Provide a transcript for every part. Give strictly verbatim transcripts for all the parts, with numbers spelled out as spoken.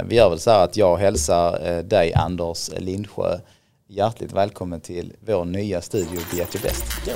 Eh, vi gör väl så här att jag hälsar eh, dig, Anders Lindsjö, hjärtligt välkommen till vår nya studio Be At Your Best. Ja.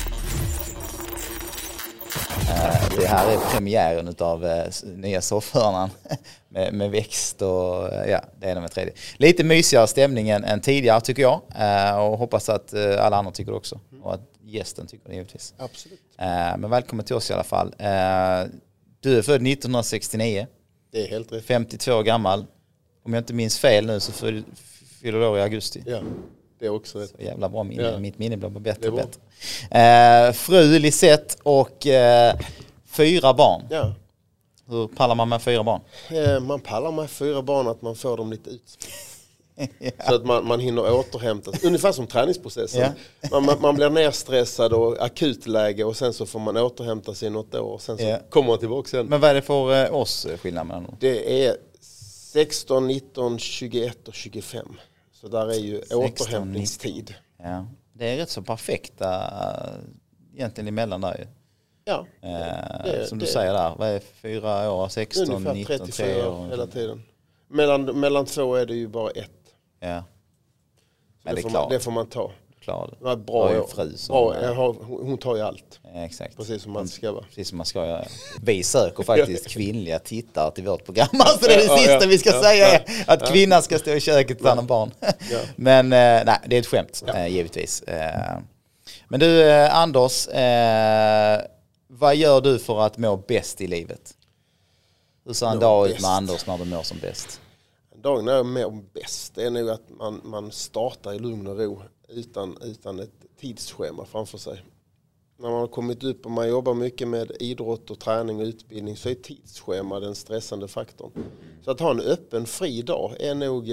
Eh, det här är premiären utav eh, nya soffhörnan med, med växt och eh, ja, det är det med tredje. Lite mysigare stämning än, än tidigare tycker jag eh, och hoppas att eh, alla andra tycker det också och att gästen tycker det givetvis. Absolut. Eh, men välkommen till oss i alla fall. Eh, du är född nittonhundrasextionio. Det är helt rätt. femtiotvå år gammal. Om jag inte minns fel nu så fyller du år i augusti. Ja, det är också rätt. Så jävla bra minne. Ja. Mitt minne blir bara bättre och bra. bättre. Eh, fru Lisette och eh, fyra barn. Ja. Hur pallar man med fyra barn? Eh, man pallar med fyra barn att man får dem lite ut. Ja. Så att man, man hinner återhämta sig. Ungefär som träningsprocessen. Ja. Man, man, man blir nerstressad och akutläge och sen så får man återhämta sig i något år och sen så ja. kommer man tillbaka sen. Men vad är det för eh, oss skillnad mellan dem? Det är sexton, nitton, tjugoett och tjugofem. Så där är ju sexton, återhämtningstid. Ja. Det är rätt så perfekta egentligen emellan där ju. Ja. Eh, det, som det, du säger där, vad är fyra år, sexton, ungefär nitton, trettiofyra år hela tiden. Mellan, mellan två är det ju bara ett. Ja. Men det, det, får man, det får man ta. Klar. Det var bra. Jag fru som bra jag har, hon tar ju allt. Ja, exakt. Precis som man ska vara. Precis som man ska göra. Vi söker faktiskt kvinnliga tittare till vårt program. Så det är det ja, sista ja, vi ska ja, säga är ja, att kvinnan ska stå i köket och ta hand om barn. Ja. Men eh, nej, det är ett skämt ja. eh, givetvis. Eh, men du eh, Anders, eh, vad gör du för att må bäst i livet? Hur ser en må dag bäst. ut med Anders när du mår som bäst? Dagen när jag mår bäst är nog att man, man startar i lugn och ro utan, utan ett tidsschema framför sig. När man har kommit upp och man jobbar mycket med idrott och träning och utbildning så är tidsschema den stressande faktorn. Så att ha en öppen, fri dag är nog,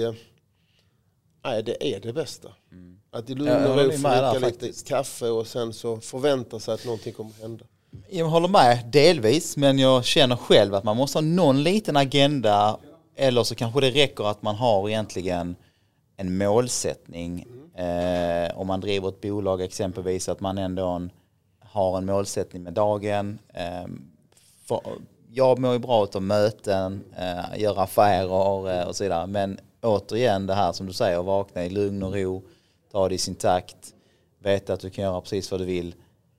nej det är det bästa. Mm. Att i lugn och ro få dricka lite kaffe och sen så förvänta sig att någonting kommer att hända. Jag håller med delvis, men jag känner själv att man måste ha någon liten agenda. Eller så kanske det räcker att man har egentligen en målsättning. Mm. Eh, om man driver ett bolag exempelvis, att man ändå en, har en målsättning med dagen. Eh, för, jag mår ju bra av möten, eh, göra affärer eh, och så vidare. Men återigen det här som du säger, vakna i lugn och ro, ta det i sin takt, veta att du kan göra precis vad du vill,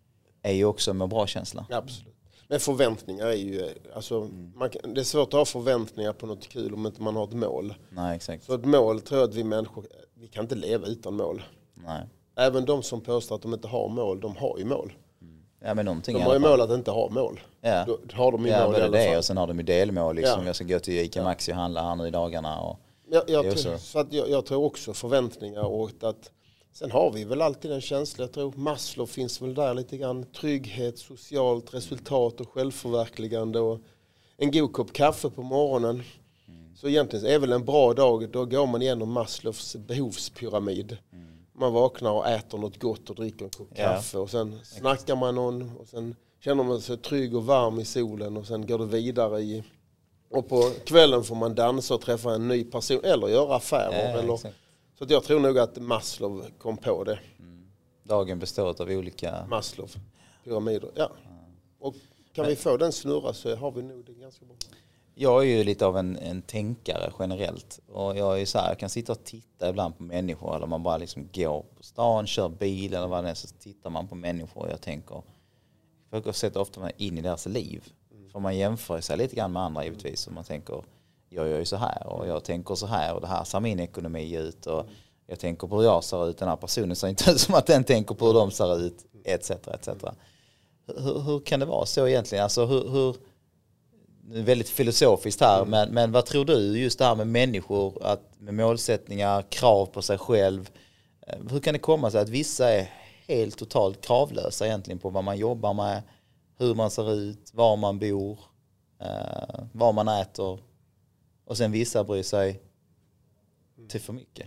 är ju också en bra känsla. Absolut. Men förväntningar är ju, alltså, mm. man, det är svårt att ha förväntningar på något kul om inte man har ett mål. Nej, exakt. Så ett mål tror jag att vi människor, vi kan inte leva utan mål. Nej. Även de som påstår att de inte har mål, de har ju mål. Mm. Ja, men någonting de har ju mål att inte ha mål. Ja, Då har de ju ja mål både i alla det fall. och sen har de ju delmål. Liksom. Ja. Jag ska gå till Ica Maxi och handla här nu i dagarna. Och jag, jag, tror, så att jag, jag tror också förväntningar och att sen har vi väl alltid en känsla, jag tror Maslow finns väl där lite grann, trygghet, socialt resultat och självförverkligande och en god kopp kaffe på morgonen. Mm. Så egentligen är väl en bra dag, då går man igenom Maslows behovspyramid. Mm. Man vaknar och äter något gott och dricker en kopp kaffe ja. och sen snackar man någon och sen känner man sig trygg och varm i solen och sen går det vidare i, och på kvällen får man dansa och träffa en ny person eller göra affärer ja, eller exakt. Så att jag tror nog att Maslow kom på det. Mm. Dagen består av olika... Maslow, pyramider, ja. Och kan Men... vi få den snurra så har vi nog det ganska bra. Jag är ju lite av en, en tänkare generellt. Och jag är så här, jag kan sitta och titta ibland på människor. Eller man bara liksom går på stan, kör bil eller vad det är. Så tittar man på människor och jag tänker... Jag försöker sätta ofta in i deras liv. Mm. För man jämför sig lite grann med andra givetvis. Och man tänker... jag gör ju så här och jag tänker så här och det här ser min ekonomi ut och jag tänker på hur jag ser ut, den här personen ser inte ut som att den tänker på hur de ser ut, etc. et cetera. Hur, hur kan det vara så egentligen? Alltså hur, hur det är väldigt filosofiskt här, mm. men, men vad tror du just det här med människor, att med målsättningar, krav på sig själv, hur kan det komma sig att vissa är helt totalt kravlösa egentligen på vad man jobbar med, hur man ser ut, var man bor, eh, vad man äter. Och sen vissa bryr sig till för mycket.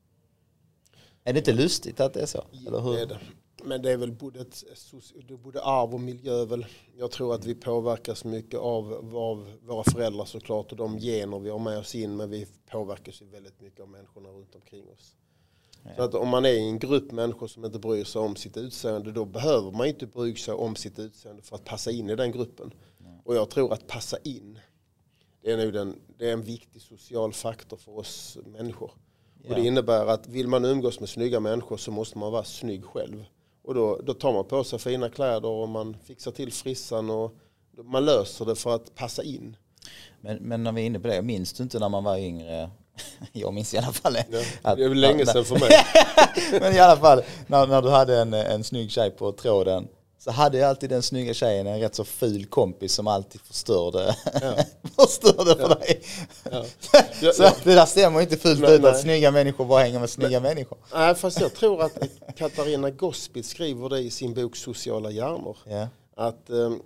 Är det inte lustigt att det är så? Eller hur? Det är det. Men det är väl både, ett, både arv och miljö. Väl. Jag tror att vi påverkas mycket av, av våra föräldrar såklart och de gener vi har med oss in. Men vi påverkas ju väldigt mycket av människorna runt omkring oss. Ja. Så att om man är i en grupp människor som inte bryr sig om sitt utseende, då behöver man inte bry sig om sitt utseende för att passa in i den gruppen. Ja. Och jag tror att passa in, det är, nu den, det är en viktig social faktor för oss människor. Ja. Och det innebär att vill man umgås med snygga människor så måste man vara snygg själv. Och då, då tar man på sig fina kläder och man fixar till frissan och man löser det för att passa in. Men, men när vi är inne på det, minns du inte när man var yngre? Jag minns i alla fall. Ja, att, det är väl länge sedan för mig. Men i alla fall, när, när du hade en, en snygg tjej på tråden så hade jag alltid den snygga tjejen en rätt så ful kompis som alltid förstörde, ja. förstörde för ja. dig. Ja. Ja, så ja. Det där stämmer inte fullt nej, ut nej. att snygga människor bara hänger med snygga nej. människor. Nej, fast jag tror att Katarina Gospit skriver det i sin bok Sociala hjärnor. Ja. Att... Um,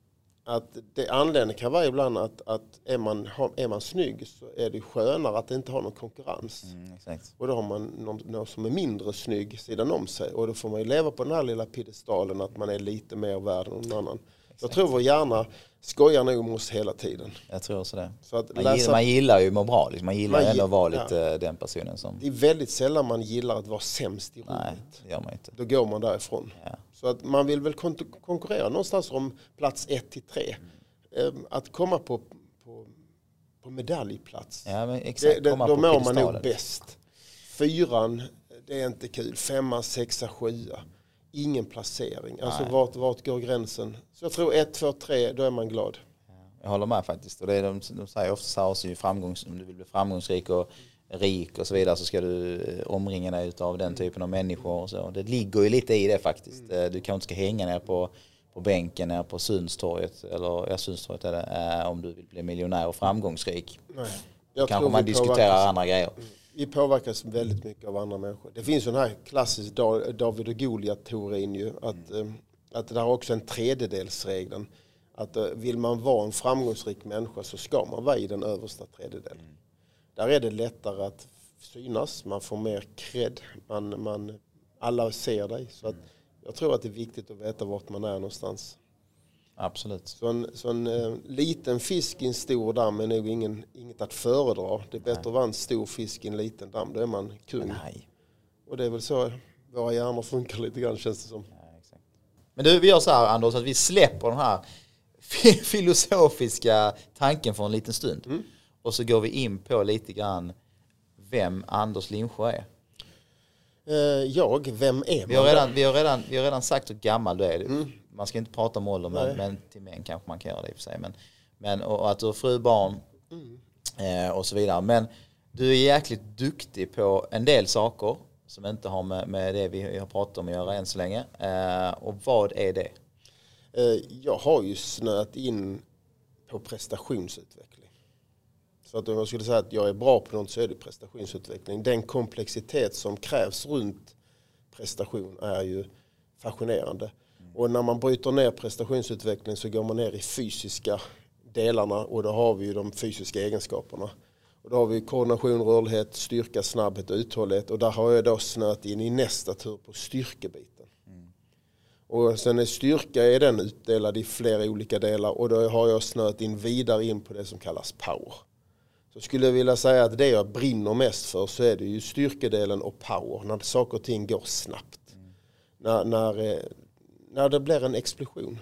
Att det anledningen kan vara ibland att, att är, man, är man snygg så är det skönare att inte ha någon konkurrens. Mm, exakt. Och då har man någon, någon som är mindre snygg sidan om sig. Och då får man ju leva på den här lilla piedestalen att man är lite mer värd än någon annan. Så jag tror vår hjärna skojar nog med oss hela tiden. Jag tror också det. Så att man, läsa, gillar, man gillar ju att må bra. Liksom. Man gillar man ändå att vara lite ja. den personen som... Det är väldigt sällan man gillar att vara sämst i rummet. Nej, det gör man inte. Då går man därifrån. Ja. Så att man vill väl kon- konkurrera någonstans om plats ett till tre. Mm. Att komma på, på, på medaljplats. Ja, men exakt. Det, det, då mår man nog bäst. Fyran, det är inte kul. Femma, sexa, sjua. Ingen placering. Alltså vart, vart går gränsen? Så jag tror ett, två, tre, då är man glad. Jag håller med faktiskt. Och det är de, de säger ofta så här, framgångs, om du vill bli framgångsrik och rik och så vidare så ska du omringa dig av den typen av människor. Och så. Det ligger ju lite i det faktiskt. Mm. Du kanske inte ska hänga ner på på bänken ner på Sundstorget eller ja, Sundstorget är det, äh, om du vill bli miljonär och framgångsrik. Nej. Jag kanske man diskuterar andra grejer. Vi påverkas väldigt mycket av andra människor. Det finns ju den här klassisk David och Goliat-teorin ju att, mm. att det där är också en tredjedelsregeln. Att vill man vara en framgångsrik människa så ska man vara i den översta tredjedelen. Mm. Där är det lättare att synas, man får mer cred, man, man, alla ser dig. Så att jag tror att det är viktigt att veta vart man är någonstans. Absolut. Så en, så en eh, liten fisk i en stor damm är nog ingen, inget att föredra. Det är bättre Nej. att vara en stor fisk i en liten damm. Då är man kung. Nej. Och det är väl så våra hjärnor funkar lite grann, känns det som. Ja, exakt. Men du, vi gör så här, Anders, att vi släpper den här filosofiska tanken för en liten stund. Mm. Och så går vi in på lite grann vem Anders Lindsjö är. Jag, vem är man? Vi har redan, vi har redan, vi har redan sagt hur gammal du är. Mm. Man ska inte prata om ålder, men, men till män kanske man kan göra det i och för sig. Men, men, och att du har fru, barn mm. eh, och så vidare. Men du är jäkligt duktig på en del saker som inte har med, med det vi har pratat om att göra än så länge. Eh, och vad är det? Eh, jag har ju snöat in på prestationsutveckling. Så att om jag skulle säga att jag är bra på något så är det prestationsutveckling. Den komplexitet som krävs runt prestation är ju fascinerande. Mm. Och när man bryter ner prestationsutveckling så går man ner i fysiska delarna och då har vi ju de fysiska egenskaperna. Och då har vi koordination, rörlighet, styrka, snabbhet och uthållighet. Och där har jag då snöat in i nästa tur på styrkebiten. Mm. Och sen är styrka är den utdelad i flera olika delar och då har jag snöat in vidare in på det som kallas power. Så skulle jag vilja säga att det jag brinner mest för så är det ju styrkedelen och power. När saker och ting går snabbt. Mm. När, när, när det blir en explosion.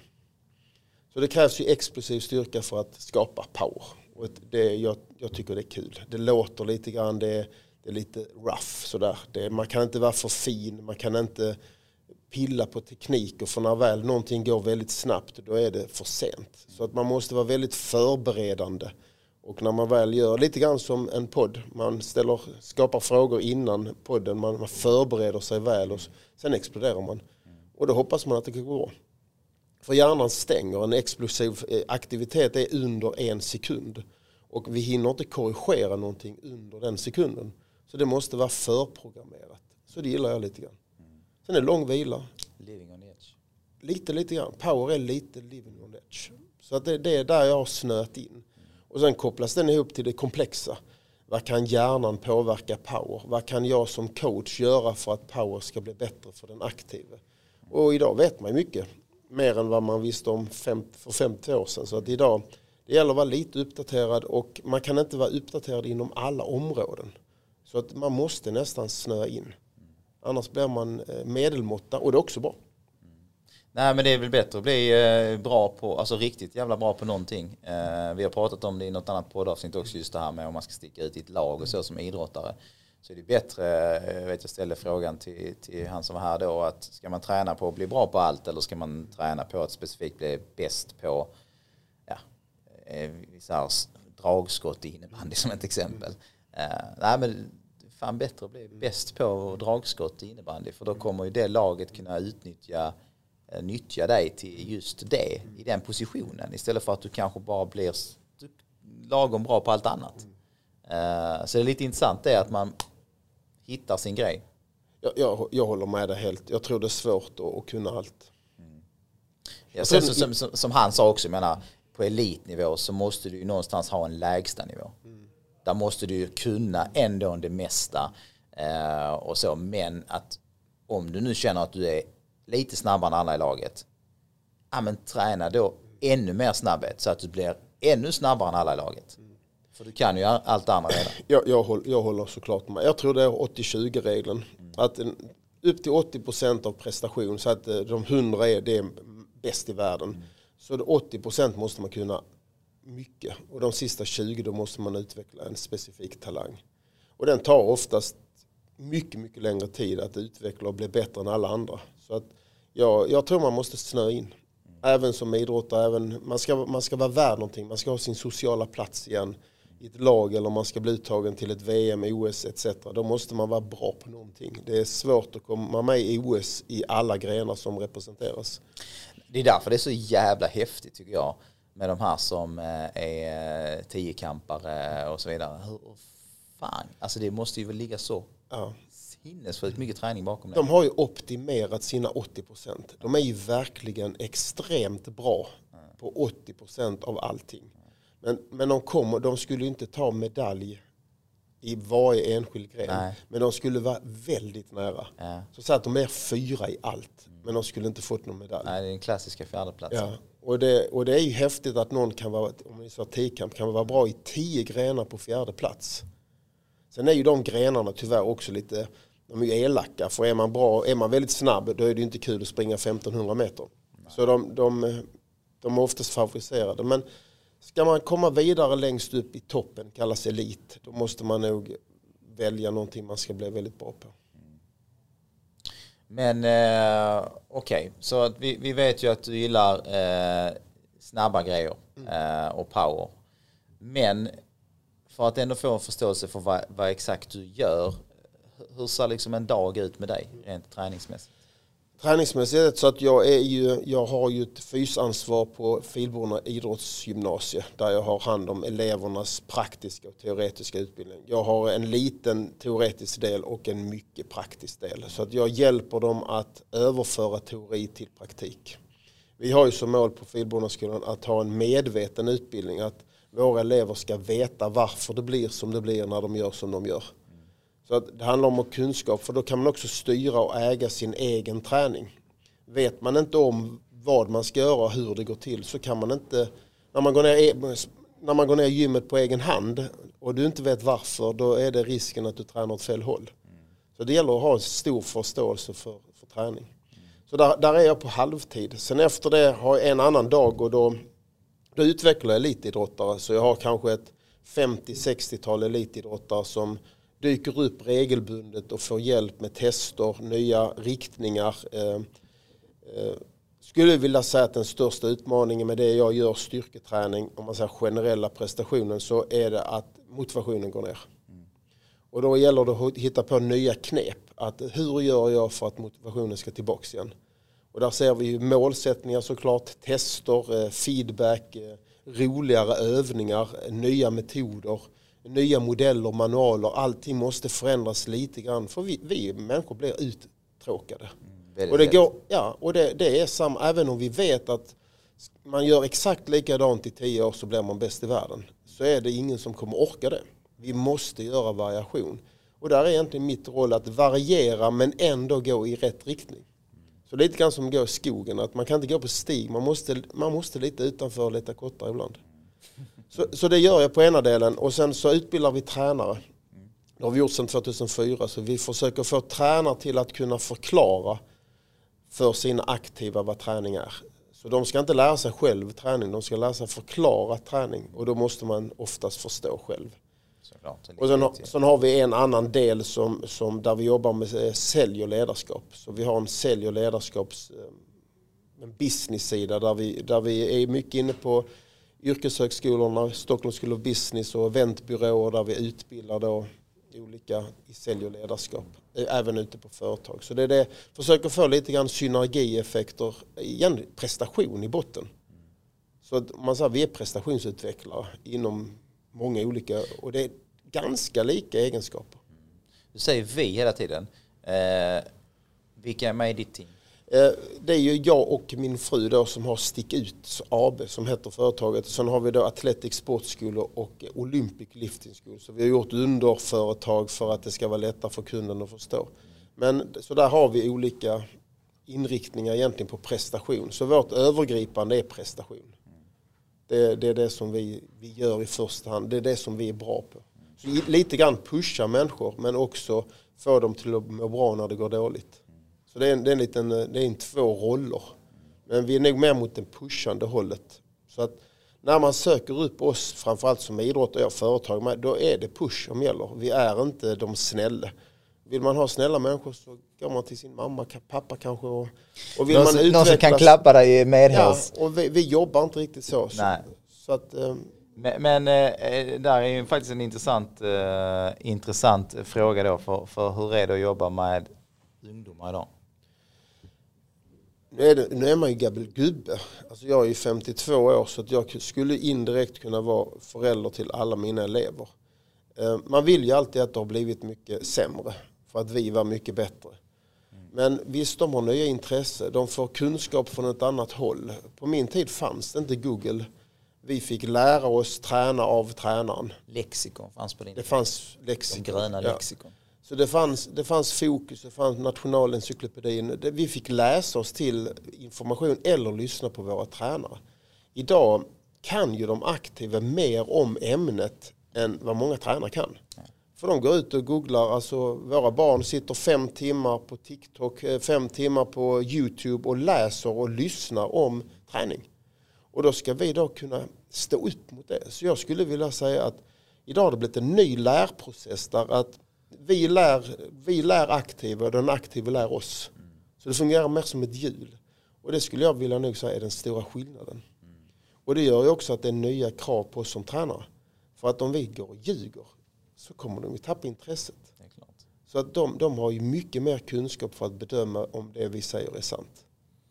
Så det krävs ju explosiv styrka för att skapa power. Och det, jag, jag tycker det är kul. Det låter lite grann, det, det är lite rough sådär. Det, man kan inte vara för fin, man kan inte pilla på teknik. Och för när väl någonting går väldigt snabbt då är det för sent. Så att man måste vara väldigt förberedande. Och när man väl gör lite grann som en podd, man ställer, skapar frågor innan podden, man, man förbereder sig väl och sen exploderar man. Och då hoppas man att det kan gå bra. För hjärnan stänger, en explosiv aktivitet är under en sekund. Och vi hinner inte korrigera någonting under den sekunden. Så det måste vara förprogrammerat. Så det gillar jag lite grann. Sen är det lång vila. Living on edge. Lite, lite grann. Power är lite living on edge. Så att det, det är där jag har snöat in. Och sen kopplas den ihop till det komplexa. Vad kan hjärnan påverka power? Vad kan jag som coach göra för att power ska bli bättre för den aktive? Och idag vet man mycket. Mer än vad man visste om fem, för femtio år sedan. Så att idag, det gäller att vara lite uppdaterad. Och man kan inte vara uppdaterad inom alla områden. Så att man måste nästan snöa in. Annars blir man medelmåtta och det är också bra. Nej, men det är väl bättre att bli eh, bra på, alltså riktigt jävla bra på någonting. Eh, vi har pratat om det i något annat poddavsnitt också, just det här med om man ska sticka ut i ett lag och så som idrottare. Så är det bättre, jag vet jag ställde frågan till, till han som var här då, att ska man träna på att bli bra på allt eller ska man träna på att specifikt bli bäst på, ja, så här, dragskott i innebandy som ett exempel. Uh, nej, men fan bättre att bli bäst på dragskott i innebandy, för då kommer ju det laget kunna utnyttja uh, nyttja dig till just det i den positionen, istället för att du kanske bara blir lagom bra på allt annat. Uh, så det är lite intressant det att man hittar sin grej. Jag, jag, jag håller med dig helt. Jag tror det är svårt att, att kunna allt. Mm. Ja, sen, som, som, som, som han sa också, menar, på elitnivå så måste du ju någonstans ha en lägsta nivå. Mm. Där måste du ju kunna ändå det mesta. Uh, och så. Men att om du nu känner att du är lite snabbare än alla i laget, ja, men träna då ännu mer snabbhet så att du blir ännu snabbare än alla i laget. Mm. För du kan ju allt annat redan. Jag, jag, håller, jag håller såklart med. Jag tror det är åttio tjugo regeln. Mm. Att en, upp till åttio procent av prestation, så att de hundra är det bäst i världen. Mm. Så det åttio procent måste man kunna mycket. Och de sista tjugo då måste man utveckla en specifik talang. Och den tar oftast mycket, mycket längre tid att utveckla och bli bättre än alla andra. Så att jag, jag tror man måste snöa in. Mm. Även som idrottare. Även, man, ska, man ska vara värd någonting. Man ska ha sin sociala plats igen i ett lag, eller om man ska bli uttagen till ett V M, O S et cetera. Då måste man vara bra på någonting. Det är svårt att komma med i O S i alla grenar som representeras. Det är därför det är så jävla häftigt tycker jag med de här som är tiokampare och så vidare. Hur fan, alltså det måste ju väl ligga så ja. Sinnesfullt mycket träning bakom det. De har ju optimerat sina åttio procent. De är ju verkligen extremt bra på åttio procent av allting. Men, men de, kommer, de skulle inte ta medalj i varje enskild gren. Nej. Men de skulle vara väldigt nära. Ja. Så, så att de är fyra i allt. Mm. Men de skulle inte fått någon medalj. Nej, det är den klassiska fjärdeplatsen. Ja. Och, det, och det är ju häftigt att någon kan vara, om vi sa tiokamp, kan vara bra i tio grenar på fjärde plats. Sen är ju de grenarna tyvärr också lite, de är ju elaka. För är man bra, är man väldigt snabb, då är det inte kul att springa femtonhundra meter. Nej. Så de, de, de är oftast favoriserade. Men ska man komma vidare längst upp i toppen, kallas elit, då måste man nog välja någonting man ska bli väldigt bra på. Men eh, okej, okay. Så att vi, vi vet ju att du gillar eh, snabba grejer eh, och power. Men för att ändå få en förståelse för vad, vad exakt du gör, hur ser liksom en dag ut med dig rent träningsmässigt? Träningsmässigt så att jag är ju, jag har ju ett fysansvar på Filborna idrottsgymnasie där jag har hand om elevernas praktiska och teoretiska utbildning. Jag har en liten teoretisk del och en mycket praktisk del. Så att jag hjälper dem att överföra teori till praktik. Vi har ju som mål på Filbornaskolan att ha en medveten utbildning. Att våra elever ska veta varför det blir som det blir när de gör som de gör. Så att det handlar om kunskap, för då kan man också styra och äga sin egen träning. Vet man inte om vad man ska göra och hur det går till, så kan man inte, när man går ner, när man går ner i gymmet på egen hand och du inte vet varför, då är det risken att du tränar åt fel håll. Så det gäller att ha en stor förståelse för, för träning. Så där, där är jag på halvtid. Sen efter det har jag en annan dag och då, då utvecklar jag elitidrottare. Så jag har kanske ett femtio sextio-tal elitidrottare som dyker upp regelbundet och får hjälp med tester, nya riktningar. Eh, eh, skulle vilja säga att den största utmaningen med det jag gör, styrketräning, om man säger generella prestationen, så är det att motivationen går ner. Mm. Och då gäller det att hitta på nya knep. Att hur gör jag för att motivationen ska tillbaka igen? Och där ser vi ju målsättningar såklart, tester, eh, feedback, eh, roligare övningar, nya metoder, nya modeller, manualer. Allting måste förändras lite grann, för vi, vi människor blir uttråkade. Mm, och det går, ja, och det, det är samma, även om vi vet att man gör exakt likadant i tio år så blir man bäst i världen, så är det ingen som kommer orka det. Vi måste göra variation. Och där är egentligen mitt roll att variera men ändå gå i rätt riktning. Så lite grann som att gå i skogen, att man kan inte gå på stig, man måste, man måste lite utanför och lite kortare ibland. Så, så det gör jag på ena delen, och sen så utbildar vi tränare. Det har vi gjort sedan två tusen fyra, så vi försöker få tränare till att kunna förklara för sina aktiva vad träning är. Så de ska inte lära sig själv träning, de ska lära sig förklara träning. Och då måste man oftast förstå själv. Såklart, och sen, sen har vi en annan del som, som där vi jobbar med sälj och ledarskap. Så vi har en sälj- och ledarskaps en business-sida där vi, där vi är mycket inne på yrkeshögskolorna, Stockholm School of Business och eventbyråer där vi utbildar då olika i sälj- och ledarskap, även ute på företag. Så det är det, försöker få lite grann synergieffekter, igen prestation i botten. Så att man säger vi är prestationsutvecklare inom många olika, och det är ganska lika egenskaper. Du säger vi hela tiden. Eh, vilka är med i ditt team? Eh, det är ju jag och min fru då som har Stick Ut A B som heter företaget. Sen har vi då Athletic Sports School och Olympic Lifting School. Så vi har gjort underföretag för att det ska vara lättare för kunden att förstå. Men så där har vi olika inriktningar egentligen på prestation. Så vårt övergripande är prestation. Det, det är det som vi, vi gör i första hand. Det är det som vi är bra på. Så lite grann pusha människor men också få dem till att må bra när det går dåligt. Så det är, en, det är en liten, det är en två roller. Men vi är nog mer mot den pushande hållet. Så att när man söker upp oss, framförallt som idrottare och företag med, då är det push som gäller. Vi är inte de snälla. Vill man ha snälla människor så går man till sin mamma, pappa kanske. Och, och vill någon, man som, utvecklas, någon som kan klappa dig medhårs. Ja, och vi, vi jobbar inte riktigt så. Nej. Så, så att, um, men men eh, där är ju faktiskt en intressant, eh, intressant fråga då. För, för hur är det att jobba med ungdomar idag? Nu är, det, nu är man ju gammal gubbe. Alltså jag är ju femtiotvå år så att jag skulle indirekt kunna vara förälder till alla mina elever. Eh, man vill ju alltid att det har blivit mycket sämre för att vi var mycket bättre. Men visst, de har nya intresse. De får kunskap från ett annat håll. På min tid fanns det inte Google. Vi fick lära oss träna av tränaren. Lexikon fanns på din. Det fanns lexikon. De gröna lexikon. Ja. Så det fanns, det fanns fokus, det fanns nationalencyklopedin. Vi fick läsa oss till information eller lyssna på våra tränare. Idag kan ju de aktiva mer om ämnet än vad många tränare kan. Ja. För de går ut och googlar, alltså våra barn sitter fem timmar på TikTok, fem timmar på YouTube och läser och lyssnar om träning. Och då ska vi då kunna stå upp mot det. Så jag skulle vilja säga att idag har det blivit en ny lärprocess där att vi lär, vi lär aktiva och den aktiva lär oss. Mm. Så det fungerar mer som ett hjul. Och det skulle jag vilja nog säga är den stora skillnaden. Mm. Och det gör ju också att det är nya krav på oss som tränare. För att om vi går och ljuger så kommer de ju tappa intresset. Det är klart. Så att de, de har ju mycket mer kunskap för att bedöma om det vi säger är sant.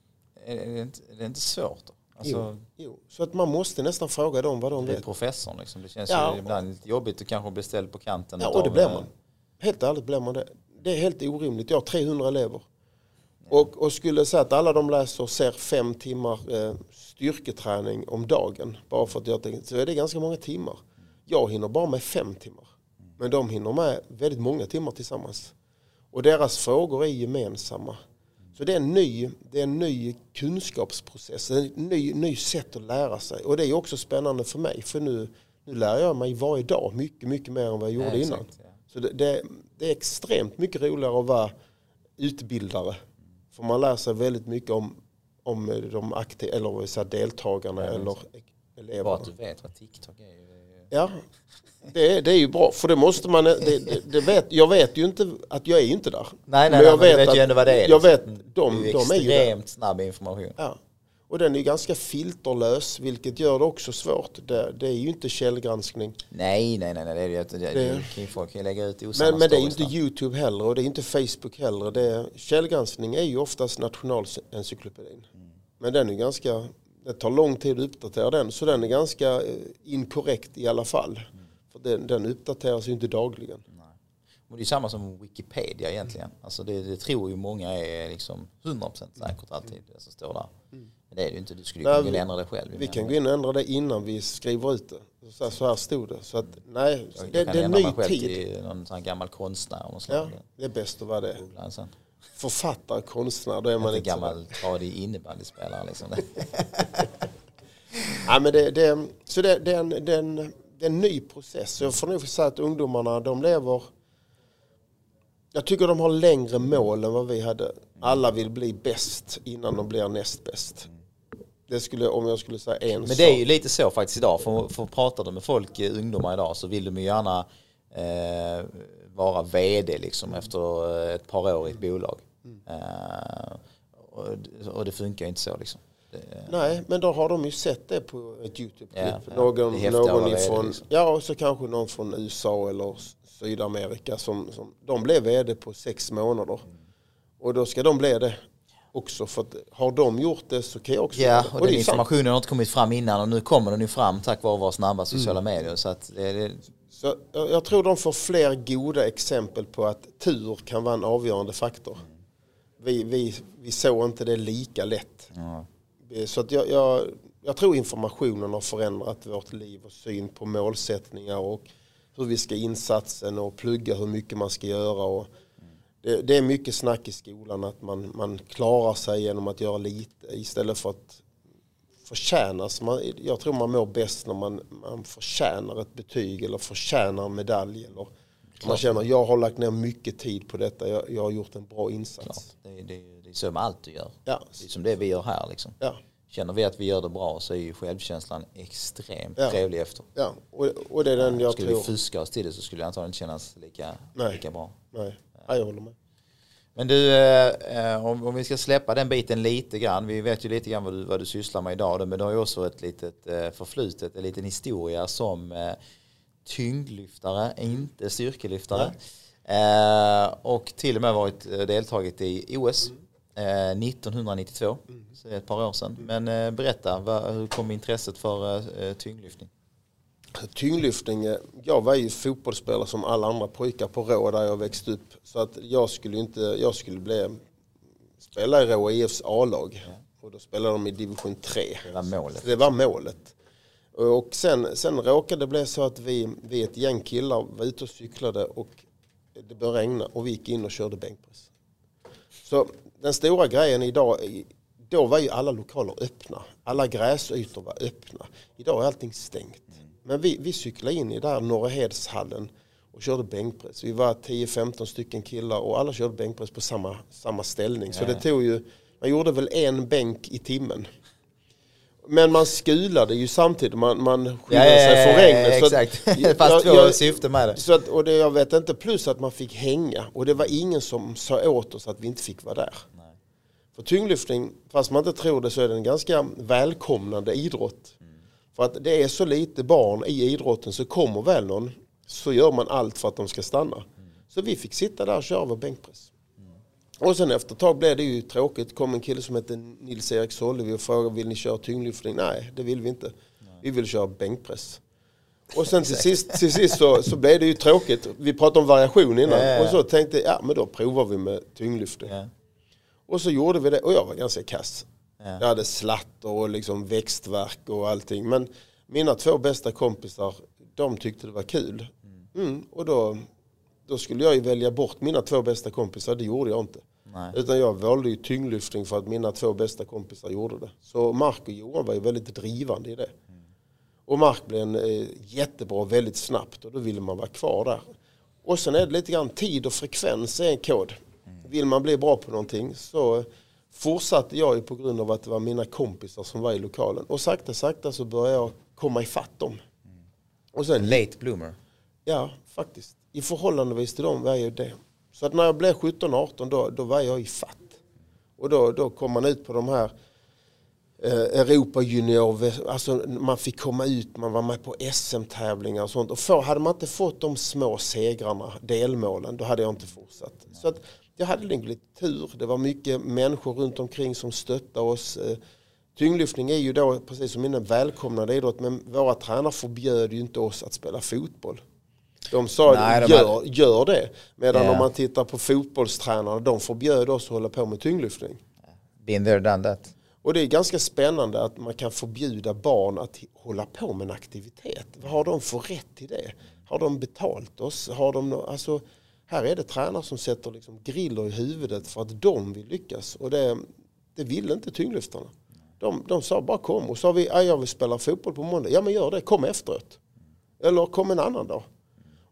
Är det inte, är det inte svårt då? Alltså, jo, jo, så att man måste nästan fråga dem vad de det är vet. professorn liksom. Det känns ja, ju ibland lite jobbigt att kanske bli ställd på kanten. Ja, och det blir man. Helt ärligt blir man det. Det är helt orimligt. Jag har trehundra elever. Ja. Och, och skulle säga att alla de läser och ser fem timmar eh, styrketräning om dagen. Bara för att jag tänkte, så är det ganska många timmar. Jag hinner bara med fem timmar. Men de hinner med väldigt många timmar tillsammans. Och deras frågor är gemensamma. Så det är en ny, det är en ny kunskapsprocess. En ny, ny sätt att lära sig. Och det är också spännande för mig. För nu, nu lär jag mig varje dag mycket, mycket mer än vad jag gjorde ja, innan. Exakt, ja. Så det, det, det är extremt mycket roligare att vara utbildare. För man lär sig väldigt mycket om, om de aktiva, eller vad säga, deltagarna ja, eller eleverna. Bara att du vet vad TikTok är. Ja, det är, det är ju bra. För det måste man, det, det, det vet, jag vet ju inte att jag är inte där. Nej, nej, men jag nej, vet, vet att, ju ändå vad det är. Jag vet, liksom. de, det är de är ju där. Extremt snabb information. Ja. Och den är ganska filterlös, vilket gör det också svårt. Det, det är ju inte källgranskning. Nej, nej, nej, nej. Det är ju att det, det, det, folk kan lägga ut osanna Men, men det är inte YouTube heller och det är inte Facebook heller. Det är, källgranskning är ju oftast nationalencyklopedin. Mm. Men den är ganska, det tar lång tid att uppdatera den. Så den är ganska inkorrekt i alla fall. Mm. För den, den uppdateras ju inte dagligen. Nej. Och det är samma som Wikipedia egentligen. Alltså det, det tror ju många är liksom hundra procent säkert alltid det som står där. Mm. Men det är det ju inte. Du skulle ju kunna ändra det själv. Vi kan gå in och ändra det innan vi skriver ut det. Så här, så här stod det. Så att, nej, jag, det, jag det är en ny tid. Till någon sån gammal konstnär. Och ja, det är bäst att vara det. Författare, konstnär, då är man inte gammal tradig innebandyspelare liksom. Ja, men det, det, så det, det, är en, det, är en, det är en ny process. Jag får nog säga att ungdomarna, de lever... Jag tycker de har längre mål än vad vi hade. Alla vill bli bäst innan de blir näst bäst. Det skulle, om jag skulle säga en Men sak. det är ju lite så faktiskt idag. För, för pratar du med folk, ungdomar idag, så vill de ju gärna eh, vara vd liksom, efter ett par år i ett bolag. Mm. Eh, och, och det funkar ju inte så liksom. Det, Nej, men då har de ju sett det på ett YouTube-klipp. Ja, någon ja, någon ifrån, liksom. ja, och så kanske någon från U S A eller Sydamerika. Som, som, de blev vd på sex månader. Mm. Och då ska de bli det också. För att har de gjort det så kan jag också. Ja, och, och den sant. informationen har inte kommit fram innan. Och nu kommer den ju fram tack vare våra snabba sociala mm. medier. Så, att det, det... så jag, jag tror de får fler goda exempel på att tur kan vara en avgörande faktor. Mm. Vi, vi, vi såg inte det lika lätt. Mm. Så att jag, jag, jag tror informationen har förändrat vårt liv och syn på målsättningar och hur vi ska insatsen och plugga hur mycket man ska göra. Och det, det är mycket snack i skolan att man, man klarar sig genom att göra lite istället för att förtjänas. Man, jag tror man mår bäst när man, man förtjänar ett betyg eller förtjänar en medalj. Eller man känner jag har lagt ner mycket tid på detta, jag, jag har gjort en bra insats. Det, det, det är så med allt du gör. Ja. Det är som det vi gör här. Liksom. Ja. Känner vi att vi gör det bra så är ju självkänslan extremt ja. trevlig efter. Ja, och, och det är den jag skulle tror. Skulle vi fuska oss till det så skulle det antagligen inte kännas lika, lika bra. Nej, ja, jag håller med. Men du, eh, om, om vi ska släppa den biten lite grann. Vi vet ju lite grann vad du, vad du sysslar med idag. Men du har ju också ett litet eh, förflutet, en liten historia som eh, tyngdlyftare, inte styrkelyftare. Eh, och till och med varit deltagit i O S eh, nittonhundranittiotvå, mm. så det är ett par år sedan. Men eh, berätta, vad, hur kom intresset för eh, tyngdlyftning? Tyngdlyftning, jag var ju fotbollsspelare som alla andra pojkar på Rå där jag växte upp. Så att jag skulle inte, jag skulle bli spela i Rå I Fs A-lag. Ja. Och då spelade de i division tre. Det var målet. Det var målet. Och sen, sen råkade det bli så att vi, vi ett gäng killar var ute och cyklade och det började regna och vi gick in och körde bänkpress. Så den stora grejen idag, då var ju alla lokaler öppna. Alla gräsytor var öppna. Idag är allting stängt. Men vi, vi cyklade in i där Norra Hedshallen och körde bänkpress. Vi var tio femton stycken killar och alla körde bänkpress på samma, samma ställning. Så det tog ju, man gjorde väl en bänk i timmen. Men man skulade ju samtidigt, man, man skyddade ja, sig från regnet. Ja, ja, exakt, att, fast två jag, syfte med det. Så att, och det, jag vet inte, plus att man fick hänga. Och det var ingen som sa åt oss att vi inte fick vara där. Nej. För tyngdlyftning, fast man inte tror det, så är det en ganska välkomnande idrott. Mm. För att det är så lite barn i idrotten, så kommer väl någon, så gör man allt för att de ska stanna. Mm. Så vi fick sitta där och köra vår bänkpress. Och sen efter ett tag blev det ju tråkigt. Kom en kille som hette Nils-Erik Sollevi och frågade, vill ni köra tyngdlyftning? Nej, det vill vi inte. Nej. Vi vill köra bänkpress. Och sen till sist, till sist så, så blev det ju tråkigt. Vi pratade om variation innan. Ja, ja, ja. Och så tänkte jag, ja men då provar vi med tyngdlyftning. Ja. Och så gjorde vi det. Och jag var ganska kass. Ja. Jag hade slatter och liksom växtverk och allting. Men mina två bästa kompisar, de tyckte det var kul. Mm, och då... Då skulle jag ju välja bort mina två bästa kompisar. Det gjorde jag inte. Nej. Utan jag valde ju tyngdlyftning för att mina två bästa kompisar gjorde det. Så Mark och Johan var ju väldigt drivande i det. Mm. Och Mark blev en, eh, jättebra väldigt snabbt. Och då ville man vara kvar där. Och sen är det lite grann tid och frekvens är en kod. Mm. Vill man bli bra på någonting så fortsatte jag ju på grund av att det var mina kompisar som var i lokalen. Och sakta, sakta så började jag komma ifatt dem. Mm. Och sen, late bloomer. Ja, faktiskt. I förhållandevis till dem var jag ju det. Så att när jag blev sjutton arton då, då var jag i fatt. Och då, då kom man ut på de här eh, Europa junior. Alltså man fick komma ut, man var med på S M-tävlingar och sånt. Och för, hade man inte fått de små segrarna, delmålen, då hade jag inte fortsatt. Så att jag hade lite tur. Det var mycket människor runt omkring som stöttade oss. Tyngdlyftning är ju då, precis som en välkomnande idrott, men våra tränare förbjöd ju inte oss att spela fotboll. De sa Nej, de gör, hade... gör det. Medan yeah. om man tittar på fotbollstränarna, de förbjöd oss att hålla på med tyngdlyftning. Been there, done that. Och det är ganska spännande att man kan förbjuda barn att hålla på med en aktivitet. Vad har de för rätt till det? Har de betalt oss? Har de no- alltså, här är det tränare som sätter liksom griller i huvudet för att de vill lyckas. Och det, det vill inte tyngdlyftarna. De, de sa bara kom. Och sa vi, jag vill spela fotboll på måndag. Ja men gör det, kom efteråt. Eller kom en annan dag.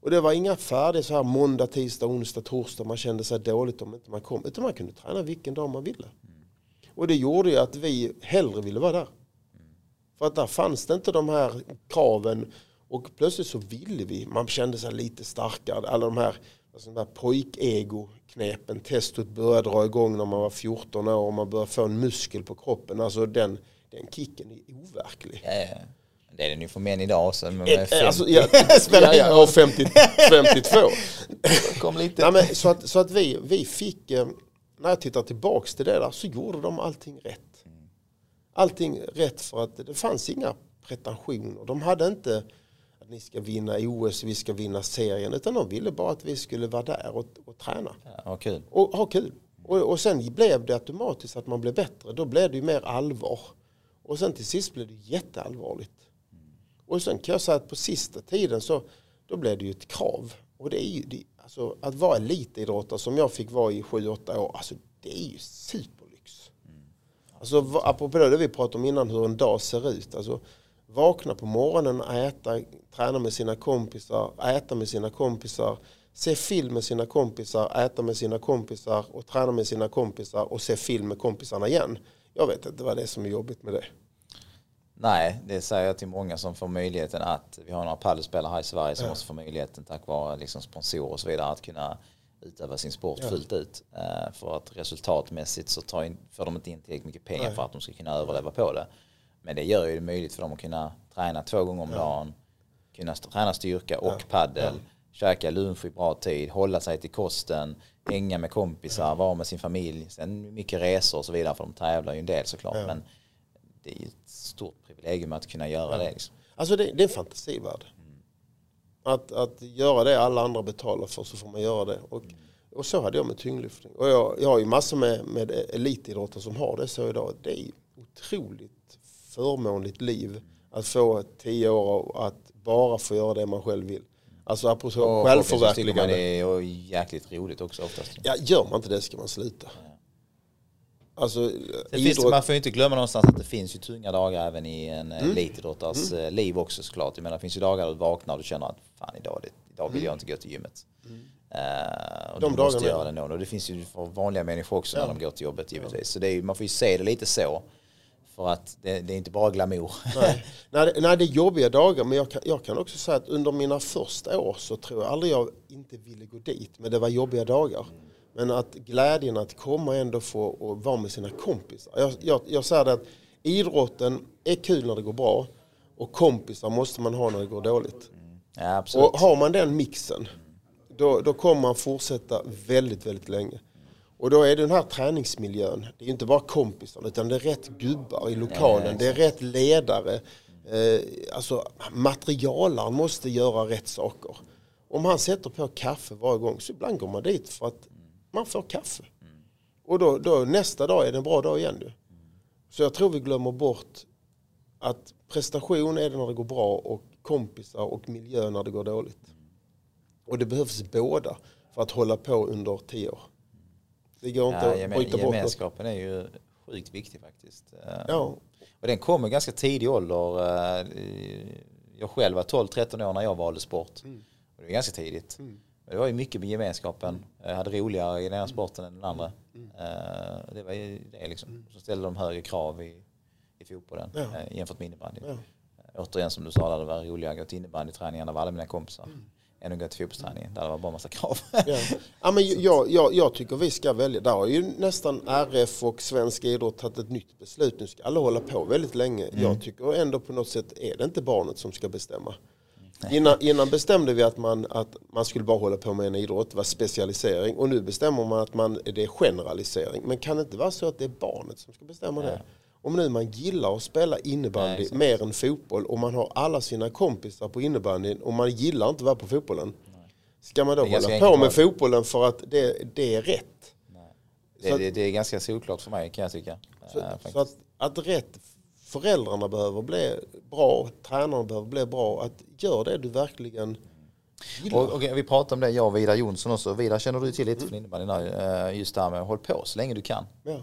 Och det var inga färdiga så här måndag, tisdag, onsdag, torsdag. Man kände sig dåligt om inte man kom. Utan man kunde träna vilken dag man ville. Mm. Och det gjorde ju att vi hellre ville vara där. Mm. För att där fanns det inte de här kraven. Och plötsligt så ville vi. Man kände sig lite starkare. Alla de här, alltså de här pojk-ego-knepen. Testet började dra igång när man var fjorton år. Och man började få en muskel på kroppen. Alltså den, den kicken är overklig. Ja, ja. Det är den ju för män idag också. Med fem... alltså, ja, ja, ja, och femtio, femtiotvå. Kom lite. Nej, men, så att, så att vi, vi fick, eh, när jag tittar tillbaks till det där, så gjorde de allting rätt. Allting rätt för att det fanns inga pretensioner. De hade inte att ni ska vinna O S, vi ska vinna serien. Utan de ville bara att vi skulle vara där och, och träna. Ja, ha kul. Och ha kul. Och, och sen blev det automatiskt att man blev bättre. Då blev det ju mer allvar. Och sen till sist blev det jätteallvarligt. Och sen kan jag säga att på sista tiden så då blev det ju ett krav. Och det är ju det, alltså, att vara elitidrottare som jag fick vara i sju åtta år, alltså det är ju superlyx. Mm. Alltså apropå det vi pratade om innan hur en dag ser ut. Alltså vakna på morgonen, äta, träna med sina kompisar, äta med sina kompisar, se film med sina kompisar, äta med sina kompisar och träna med sina kompisar och se film med kompisarna igen. Jag vet inte vad det är som är jobbigt med det. Nej, det säger jag till många som får möjligheten att vi har några paddelspelare här i Sverige som ja. måste få möjligheten tack vare liksom sponsorer och så vidare att kunna utöva sin sport ja. fullt ut. Uh, för att resultatmässigt så tar in, får de inte in tillräckligt mycket pengar Nej. för att de ska kunna överleva på det. Men det gör ju det möjligt för dem att kunna träna två gånger om ja. dagen, kunna träna styrka och ja. paddel, ja. käka lunch i bra tid, hålla sig till kosten, hänga med kompisar, ja. vara med sin familj. Sen mycket resor och så vidare för de tävlar ju en del såklart. Ja. Men det är ju ett stort privilegium att kunna göra ja. det. Liksom. Alltså det, det är en fantasivärld. Mm. Att, att göra det alla andra betalar för så får man göra det. Och, mm. och så hade jag med tyngdlyftning. Och jag, jag har ju massor med, med elitidrottare som har det så idag. Det är otroligt förmånligt liv mm. att få tio år att bara få göra det man själv vill. Alltså apropå självförverkligande. Det är ju jäkligt roligt också oftast. Ja, gör man inte det ska man sluta. Ja. Alltså, finns det, man får ju inte glömma någonstans att det finns ju tunga dagar även i en mm. elitidrottares mm. liv också såklart. Jag menar, det finns ju dagar där du vaknar och du känner att fan idag, det, idag vill mm. jag inte gå till gymmet. Mm. Uh, och de du måste göra det någon. Och det finns ju för vanliga människor också ja. när de går till jobbet givetvis. Ja. Så det är, man får ju se det lite så. För att det, det är inte bara glamour. Nej, nej, nej, det är jobbiga dagar. Men jag kan, jag kan också säga att under mina första år så tror jag aldrig jag inte ville gå dit. Men det var jobbiga dagar. Mm. Men att glädjen att komma ändå få och vara med sina kompisar. Jag, jag, jag säger det att idrotten är kul när det går bra. Och kompisar måste man ha när det går dåligt. Mm. Ja, absolut. Och har man den mixen, då, då kommer man fortsätta väldigt, väldigt länge. Och då är det den här träningsmiljön. Det är inte bara kompisar utan det är rätt gubbar i lokalen. Ja, det är rätt ledare. Eh, alltså materialaren måste göra rätt saker. Om han sätter på kaffe varje gång så ibland går man dit för att man får kaffe. Mm. Och då, då nästa dag är det en bra dag igen. Mm. Så jag tror vi glömmer bort att prestation är det när det går bra och kompisar och miljö när det går dåligt. Mm. Och det behövs båda för att hålla på under tio år. Det går inte ja, att bryta bort. Gemenskapen är ju sjukt viktig faktiskt. Ja. Och den kommer ganska tidig ålder. Jag själv var tolv tretton år när jag valde sport. Mm. Och det var ganska tidigt. Mm. Det var ju mycket med gemenskapen. Jag hade roligare i den här sporten än den andra. Mm. Uh, det var ju det liksom. Så ställde de högre krav i, i fotbollen ja. uh, jämfört med innebandy. Ja. Uh, återigen som du sa, det var roligare att gå till innebandyträningarna av alla mina kompisar. Mm. Än att gå till fotbollsträningen. Där det var bara massa krav. ja. Ja, men jag, jag, jag tycker vi ska välja. Där har ju nästan R F och svensk idrott tagit ett nytt beslut. Nu ska alla hålla på väldigt länge. Mm. Jag tycker ändå på något sätt är det inte barnet som ska bestämma. Innan, innan bestämde vi att man, att man skulle bara hålla på med en idrott, det var specialisering. Och nu bestämmer man att man, det är generalisering. Men kan det inte vara så att det är barnet som ska bestämma ja. det? Om nu man gillar att spela innebandy Nej, mer än fotboll och man har alla sina kompisar på innebandyn och man gillar inte att vara på fotbollen. Nej. Ska man då hålla på med fotbollen för att det, det är rätt? Nej. Det, att, det, det är ganska solklart för mig kan jag tycka. Så, äh, så att, att rätt föräldrarna behöver bli bra, tränarna behöver bli bra. Att gör det du verkligen gillar. Och, och vi pratade om det, jag och Vidar Jonsson också. Vidar känner du till lite mm. från innebandyn just det här med att hålla på så länge du kan. Ja.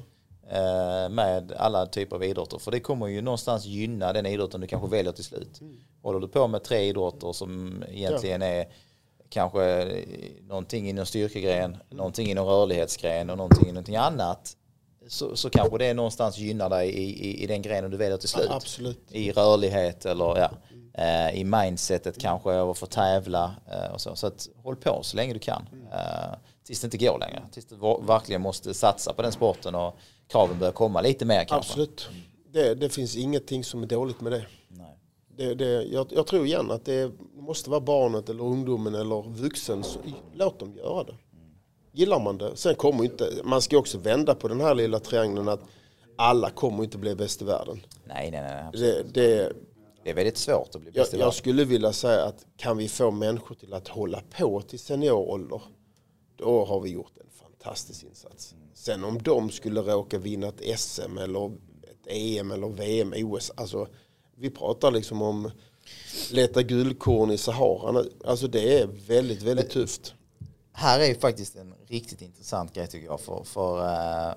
Med alla typer av idrotter. För det kommer ju någonstans gynna den idrotten du kanske väljer till slut. Mm. Håller du på med tre idrotter som egentligen ja. är kanske någonting inom styrkegren, mm. någonting inom rörlighetsgren och någonting inom någonting annat, så, så kanske det någonstans gynnar dig i, i, i den grenen du väljer till slut. Ja, absolut. I rörlighet eller ja, mm. eh, i mindsetet kanske av att få tävla eh, och så. Så att håll på så länge du kan. Mm. Eh, tills det inte går längre. Tills du verkligen måste satsa på den sporten och kraven börjar komma lite mer kanske. Absolut. Det, det finns ingenting som är dåligt med det. Nej. det, det jag, jag tror igen att det måste vara barnet eller ungdomen eller vuxen. Så låt dem göra det. Gillar man det. Sen kommer inte, man ska också vända på den här lilla triangeln att alla kommer inte bli bäst i världen. Nej, nej, nej. Det, det, det är väldigt svårt att bli bäst jag, i världen. Jag skulle vilja säga att kan vi få människor till att hålla på till seniorålder, då har vi gjort en fantastisk insats. Mm. Sen om de skulle råka vinna ett S M eller ett E M eller V M, O S, alltså vi pratar liksom om leta guldkorn i Sahara. Alltså det är väldigt, väldigt tufft. Här är ju faktiskt en riktigt intressant grej tycker jag. För, för uh,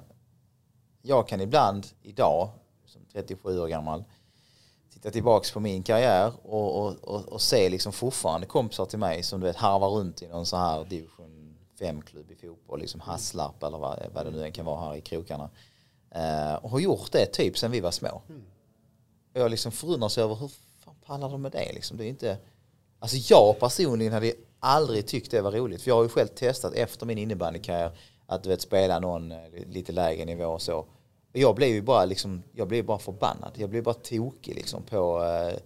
jag kan ibland idag, som trettiosju år gammal, titta tillbaka på min karriär och, och, och, och se liksom fortfarande kompisar till mig som du vet harvar runt i någon så här division fem-klubb i fotboll, liksom Hasslarp eller vad, vad det nu än kan vara här i krokarna. Uh, och har gjort det typ sedan vi var små. Mm. Och jag liksom förundras över hur fan pallar de med det liksom. Det är inte... Alltså jag personligen hade aldrig tyckt det var roligt. För jag har ju själv testat efter min innebandykarriär att du vet, spela någon lite lägre nivå och så. Och jag blev ju bara liksom, jag blev bara förbannad. Jag blev bara tokig liksom på eh,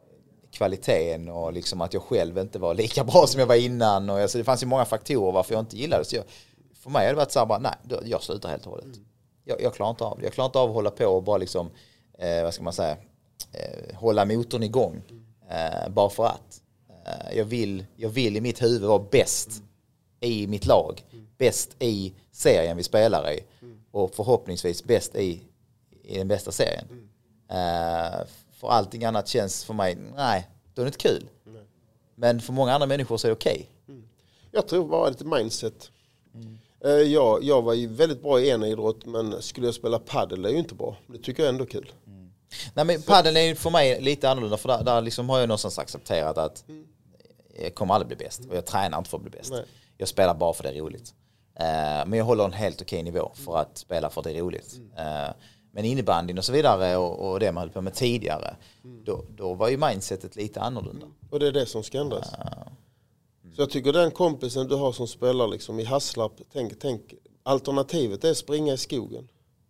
kvaliteten och liksom att jag själv inte var lika bra som jag var innan. Och alltså, det fanns ju många faktorer varför jag inte gillade det. Så jag, för mig hade det varit så här bara, nej, jag slutar helt och hållet. Mm. Jag, jag klarar inte av det. Jag klarar inte av att hålla på och bara liksom, eh, vad ska man säga, eh, hålla motorn igång. Eh, bara för att. Jag vill, jag vill i mitt huvud vara bäst mm. i mitt lag. Mm. Bäst i serien vi spelar i. Mm. Och förhoppningsvis bäst i, i den bästa serien. Mm. Uh, för allting annat känns för mig, nej, då är det inte kul. Nej. Men för många andra människor så är det okej. Okay. Mm. Jag tror bara lite mindset. Mm. Uh, jag, jag var ju väldigt bra i en idrott, men skulle jag spela paddel är ju inte bra. Det tycker jag är ändå kul. Mm. Nej, men padel är för mig lite annorlunda för där, där liksom har jag någonstans accepterat att mm. jag kommer aldrig bli bäst och jag tränar inte för att bli bäst. Nej. Jag spelar bara för det är roligt. Uh, men jag håller en helt okej nivå för att spela för det är roligt. Mm. Uh, men innebandyn och så vidare och, och det man höll på med tidigare, mm. då, då var ju mindsetet lite annorlunda. Mm. Och det är det som ska ändras. Uh, mm. Så jag tycker den kompisen du har som spelar liksom i Hasslarp, tänk, tänk, alternativet är att springa i skogen.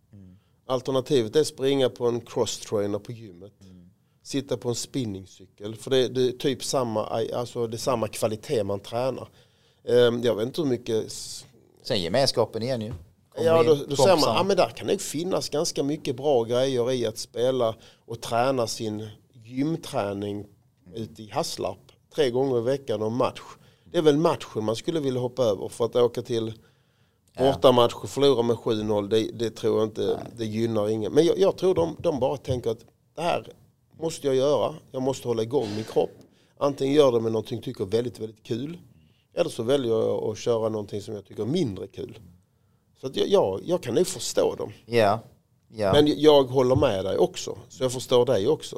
Alternativet är att springa på en cross-trainer på gymmet. Mm. Sitta på en spinningcykel. För det, det är typ samma, alltså det är samma kvalitet man tränar. Um, jag vet inte hur mycket... Sen gemenskapen igen ju. Kom ja, då, då säger man, ja men där kan det finnas ganska mycket bra grejer i att spela och träna sin gymträning mm. ute i Hasslarp. Tre gånger i veckan och match. Det är väl matchen man skulle vilja hoppa över för att åka till... Bortamatch och förlora med sju noll, det, det tror jag inte, nej. Det gynnar ingen. Men jag, jag tror de, de bara tänker att det här måste jag göra. Jag måste hålla igång min kropp. Antingen gör det med någonting jag tycker är väldigt, väldigt kul. Eller så väljer jag att köra någonting som jag tycker är mindre kul. Så att jag, jag, jag kan nog förstå dem. Ja. Ja. Men jag håller med dig också. Så jag förstår dig också.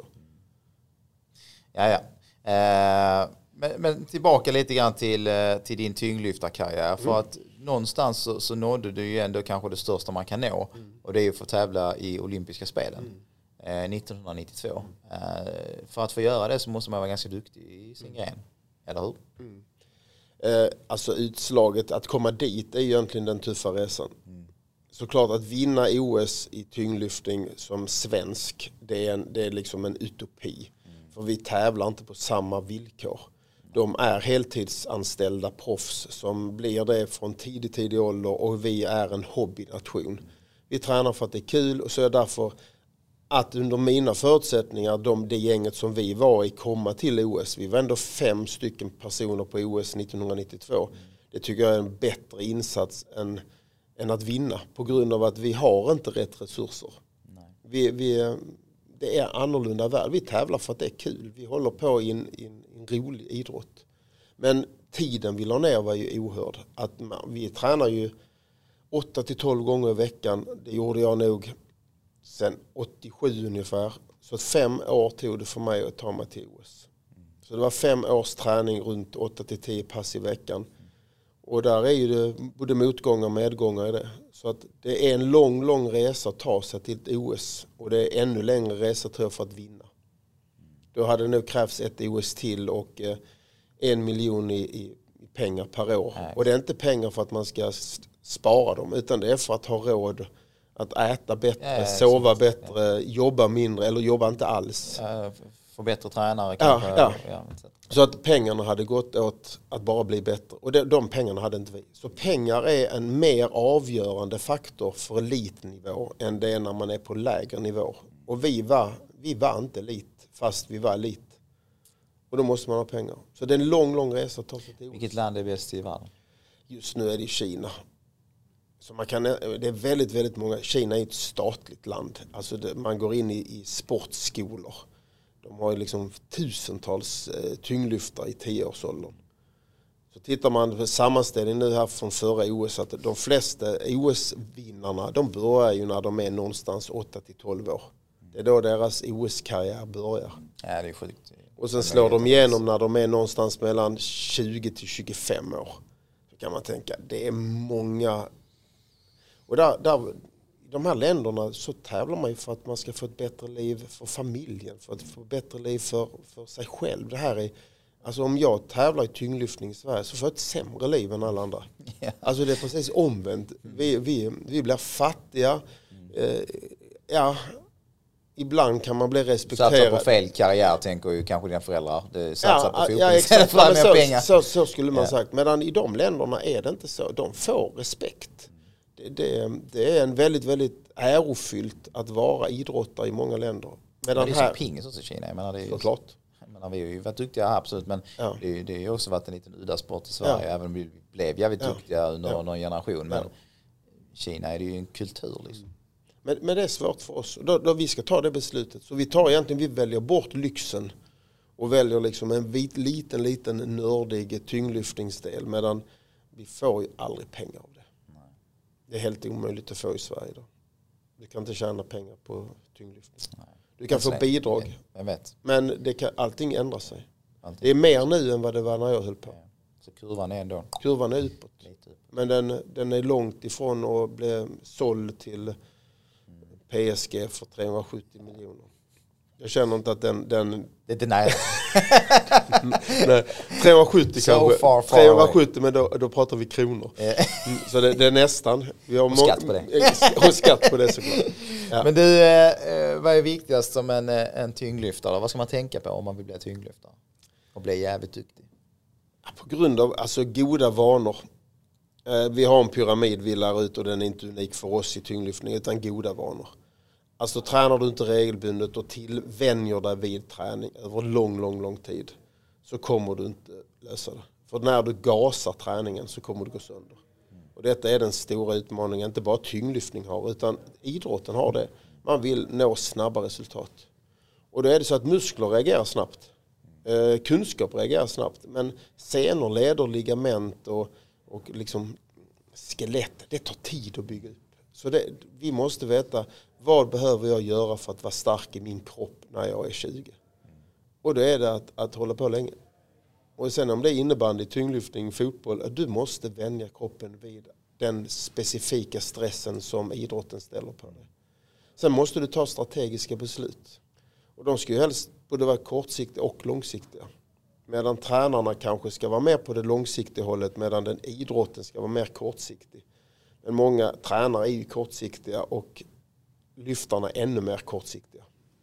Ja, ja. Eh, men, men tillbaka lite grann till, till din tyngdlyftarkarriär. För mm. att någonstans så, så nådde du ju ändå kanske det största man kan nå. Mm. Och det är ju att få tävla i olympiska spelen. Mm. Eh, nittonhundranittiotvå. Eh, för att få göra det så måste man vara ganska duktig i sin gren. Eller hur? Mm. Eh, alltså utslaget att komma dit är ju egentligen den tuffa resan. Mm. Såklart att vinna O S i tyngdlyftning som svensk, det är, en, det är liksom en utopi. Mm. För vi tävlar inte på samma villkor. De är heltidsanställda proffs som blir det från tidig, tidig ålder och vi är en hobbynation. Vi tränar för att det är kul och så är det därför att under mina förutsättningar, de, det gänget som vi var i, komma till O S. Vi var ändå fem stycken personer på O S nittonhundranittiotvå. Mm. Det tycker jag är en bättre insats än, än att vinna på grund av att vi har inte rätt resurser. Nej. Vi, vi, det är annorlunda värld. Vi tävlar för att det är kul. Vi håller på i en, i en, en rolig idrott. Men tiden vi la ner var ju ohörd. Att man, vi tränar ju åtta till tolv gånger i veckan. Det gjorde jag nog sen åttiosju ungefär. Så fem år tog det för mig att ta mig till O S. Så det var fem års träning runt åtta till tio pass i veckan. Och där är ju det både motgångar och medgångar i det. Så att det är en lång, lång resa att ta sig till ett O S. Och det är ännu längre resa tror jag för att vinna. Då hade det nog krävts ett O S till och eh, en miljon i, i, i pengar per år. Nej. Och det är inte pengar för att man ska spara dem, utan det är för att ha råd att äta bättre, ja, sova så, bättre, ja. Jobba mindre eller jobba inte alls. Ja, få bättre tränare kanske. Ja, ja. Ja, så att pengarna hade gått åt att bara bli bättre. Och det, de pengarna hade inte vi. Så pengar är en mer avgörande faktor för elitnivå än det är när man är på lägre nivå. Och vi var, vi var inte elit, fast vi var elit. Och då måste man ha pengar. Så det är en lång, lång resa att ta sig till. Vilket land är bäst i världen? Just nu är det Kina. Så man kan, det är väldigt, väldigt många. Kina är ett statligt land. Alltså det, man går in i, i sportskolor. De har ju liksom tusentals eh, tyngdlyftare i tioårsåldern. Så tittar man på sammanställningen nu här från förra O S, att de flesta O S-vinnarna, de börjar ju när de är någonstans åtta till tolv år. Det är då deras O S-karriär börjar. Ja, det är sjukt. Och sen slår de igenom när de är någonstans mellan tjugo till tjugofem år. Så kan man tänka, det är många. Och där, där, i de här länderna så tävlar man ju för att man ska få ett bättre liv för familjen. För att få ett bättre liv för, för sig själv. Det här är, alltså om jag tävlar i tyngdlyftning i Sverige så får jag ett sämre liv än alla andra. Yeah. Alltså det är precis omvänt. Vi, vi, vi blir fattiga. Eh, ja... Ibland kan man bli respekterad. Satsa på fel karriär tänker ju kanske dina föräldrar. Det satsar ja, på fotboll ja, exakt. för mer så, pengar. Så, så skulle man ja. sagt. Medan i de länderna är det inte så. De får respekt. Det, det, det är en väldigt, väldigt ärofyllt att vara idrottare i många länder. Medan det är här, så pingis också i Kina. Jag menar, det är ju, klart. Jag menar, vi har ju varit duktiga här absolut. Men ja. det, det har ju också varit en liten udda sport i Sverige. Ja. Även om vi blev jävligt ja. duktiga under ja. någon generation. Men ja. Kina är det ju en kultur liksom. Men, men det är svårt för oss. Då, då vi ska ta det beslutet. Så vi tar egentligen, vi väljer bort lyxen. Och väljer liksom en vit, liten, liten nördig tyngdlyftningsdel. Medan vi får ju aldrig pengar av det. Nej. Det är helt omöjligt att få i Sverige då. Du kan inte tjäna pengar på tyngdlyftning. Nej. Du kan få bidrag. Jag vet. Men det kan, allting ändrar sig. Allting. Det är mer nu än vad det var när jag höll på. Ja. Så kurvan är ändå? Kurvan är uppåt. Lite uppåt. Men den, den är långt ifrån att bli såld till P S G för trehundrasjuttio miljoner. Jag känner inte att den... den det är nej. nej. trehundrasjuttio so kanske. Far, far trehundrasjuttio, men då, då pratar vi kronor. Mm, så det, det är nästan. Vi har och skatt på det. Och skatt på det såklart. Ja. Men du, eh, vad är viktigast som en, en tyngdlyftare? Vad ska man tänka på om man vill bli tyngdlyftare? Och bli jävligt duktig? På grund av alltså, goda vanor. Eh, vi har en pyramid vi lär ut och den är inte unik för oss i tyngdlyftning utan goda vanor. Alltså tränar du inte regelbundet och tillvänjer dig vid träning över lång, lång, lång tid så kommer du inte lösa det. För när du gasar träningen så kommer du gå sönder. Och detta är den stora utmaningen, inte bara tyngdlyftning har utan idrotten har det. Man vill nå snabba resultat. Och då är det så att muskler reagerar snabbt. Eh, kunskap reagerar snabbt. Men senor, leder, ligament och, och liksom skelett, det tar tid att bygga upp. Så det, vi måste veta vad behöver jag göra för att vara stark i min kropp när jag är tjugo. Och då är det att, att hålla på länge. Och sen om det är innebandy, tyngdlyftning, fotboll, du måste vänja kroppen vid den specifika stressen som idrotten ställer på dig. Sen måste du ta strategiska beslut. Och de ska ju helst både vara kortsiktiga och långsiktiga. Medan tränarna kanske ska vara mer på det långsiktiga hållet medan den idrotten ska vara mer kortsiktig. Men många tränare är ju kortsiktiga och lyftarna ännu mer kortsiktiga.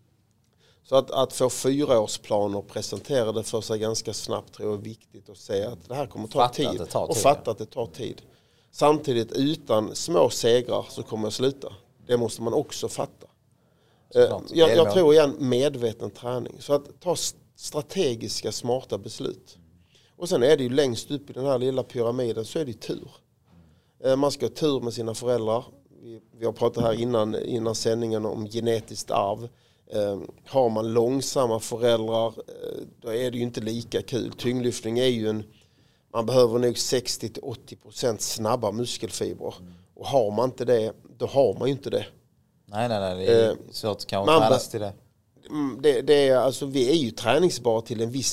Så att, att få fyraårsplaner presenterade för sig ganska snabbt tror jag är viktigt att säga att det här kommer att ta fatta tid. Att det tar och tid, fatta ja. att det tar tid. Samtidigt utan små segrar så kommer jag sluta. Det måste man också fatta. Eh, jag jag tror igen medveten träning. Så att ta strategiska, smarta beslut. Och sen är det ju längst upp i den här lilla pyramiden så är det tur. Eh, man ska ha tur med sina föräldrar. Vi, vi har pratat här innan, innan sändningen om genetiskt arv. Eh, har man långsamma föräldrar eh, då är det ju inte lika kul. Tyngdlyftning är ju en, man behöver nog sextio till åttio procent snabba muskelfibrer. Mm. Och har man inte det, då har man ju inte det. Nej, nej, nej. Det är eh, svårt att kanske tränas till det. Det, det är, alltså, vi är ju träningsbara till en viss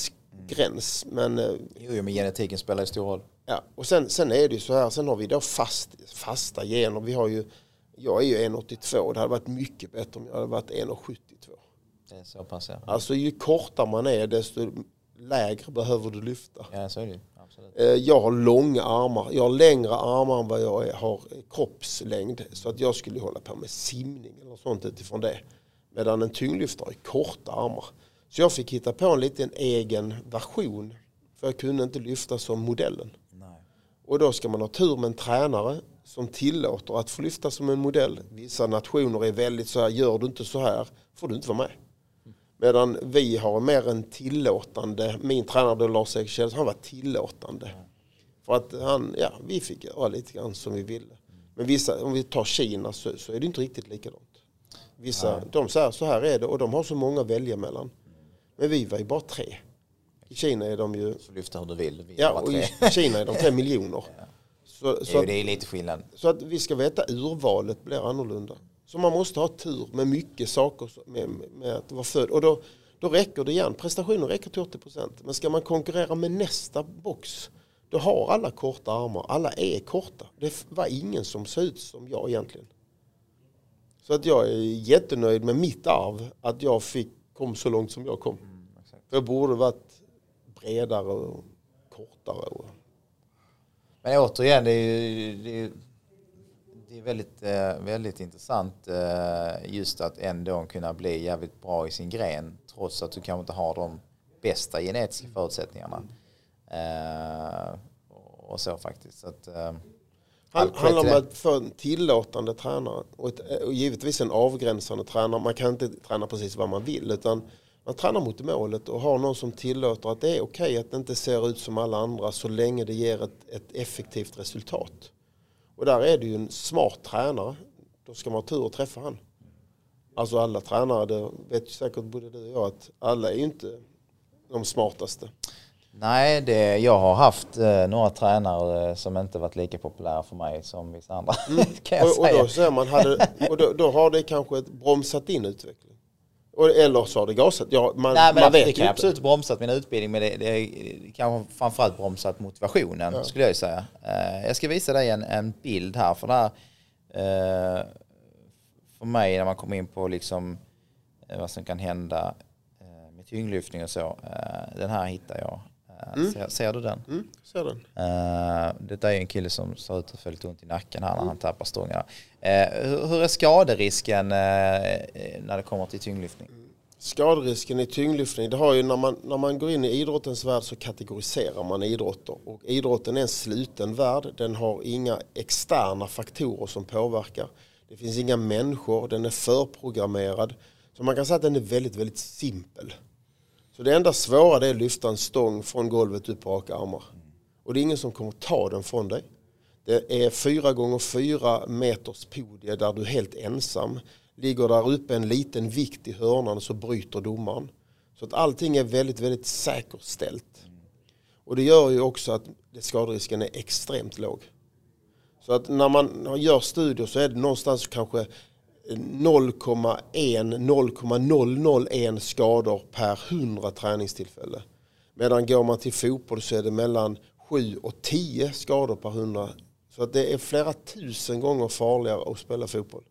gräns. Men, jo, men genetiken spelar ju stor roll. Ja, och sen, sen är det ju så här, sen har vi då fast, fasta gener. Vi har ju, jag är ju en komma åttiotvå, det hade varit mycket bättre om jag hade varit en komma sjuttiotvå. Det är så pass, ja. Alltså ju kortare man är, desto lägre behöver du lyfta. Ja, så är det. Absolut. Jag har långa armar. Jag har längre armar än vad jag har kroppslängd. Så att jag skulle hålla på med simning eller sånt utifrån det. Medan en tyngdlyftare har korta armar. Så jag fick hitta på en liten egen version. För jag kunde inte lyfta som modellen. Nej. Och då ska man ha tur med en tränare som tillåter att få lyfta som en modell. Vissa nationer är väldigt så här, gör du inte så här får du inte vara med. Medan vi har mer en tillåtande, min tränare då Lars-Erik Kjell, han var tillåtande. Mm. För att han, ja, vi fick göra lite grann som vi ville. Men vissa, om vi tar Kina så, så är det inte riktigt likadant. Vissa, mm. de säger så här är det och de har så många att välja mellan. Men vi var ju bara tre. I Kina är de ju... Så lyfta hur du vill. Vi ja, och i Kina är de tre miljoner. Ja. Så, så jo, att, det är lite skillnad. Så att vi ska veta urvalet blir annorlunda. Så man måste ha tur med mycket saker med, med att vara född. Och då, då räcker det igen. Prestationen räcker till åttio procent. Men ska man konkurrera med nästa box, då har alla korta armar. Alla är korta. Det var ingen som ser ut som jag egentligen. Så att jag är jättenöjd med mitt arv. Att jag fick kom så långt som jag kom. Mm, exakt. Jag borde varit bredare och kortare. Och... Men återigen, det är ju... Det är... Det är väldigt, väldigt intressant just att ändå kunna bli jävligt bra i sin gren trots att du kanske inte har de bästa genetiska förutsättningarna. Och så faktiskt. Så att, Han, handlar om att få en tillåtande tränare och, ett, och givetvis en avgränsande tränare. Man kan inte träna precis vad man vill utan man tränar mot målet och har någon som tillåter att det är okej att det inte ser ut som alla andra så länge det ger ett, ett effektivt resultat. Och där är det ju en smart tränare. Då ska man ha tur att träffa han. Alltså alla tränare, det vet ju säkert både du och jag att alla är ju inte de smartaste. Nej, det, jag har haft eh, några tränare som inte varit lika populära för mig som vissa andra. Mm. kan jag och, säga. och, då, säger man, hade, och då, då har det kanske bromsat in utveckling. Och, eller så har det gasat. Ja, man, Nej, men man det, vet det kan inte. absolut bromsat min utbildning men det, det är kanske framförallt bromsat motivationen ja. skulle jag säga. Uh, jag ska visa dig en, en bild här för det här uh, för mig när man kommer in på liksom uh, vad som kan hända uh, med tyngdlyftning och så. Uh, den här hittar jag. Uh, mm. ser, ser du den? Mm, ser den. Uh, det är en kille som ser ut att få lite ont i nacken här när mm. han tappar stångarna. Uh, hur, hur är skaderisken uh, när det kommer till tyngdlyftning? Skaderisken i tyngdlyftning, det har ju när man, när man går in i idrottens värld så kategoriserar man idrotter. Och idrotten är en sluten värld, den har inga externa faktorer som påverkar. Det finns inga människor, den är förprogrammerad. Så man kan säga att den är väldigt, väldigt simpel. Så det enda svåra är att lyfta en stång från golvet upp på raka armar. Och det är ingen som kommer ta den från dig. Det är fyra gånger fyra meters podie där du är helt ensam. Ligger där uppe en liten vikt i hörnan så bryter domaren. Så att allting är väldigt, väldigt säkerställt. Och det gör ju också att skaderisken är extremt låg. Så att när man gör studier så är det någonstans kanske noll komma ett till noll komma noll noll ett skador per hundra träningstillfälle. Medan går man till fotboll så är det mellan sju och tio skador per hundra. Så att det är flera tusen gånger farligare att spela fotboll.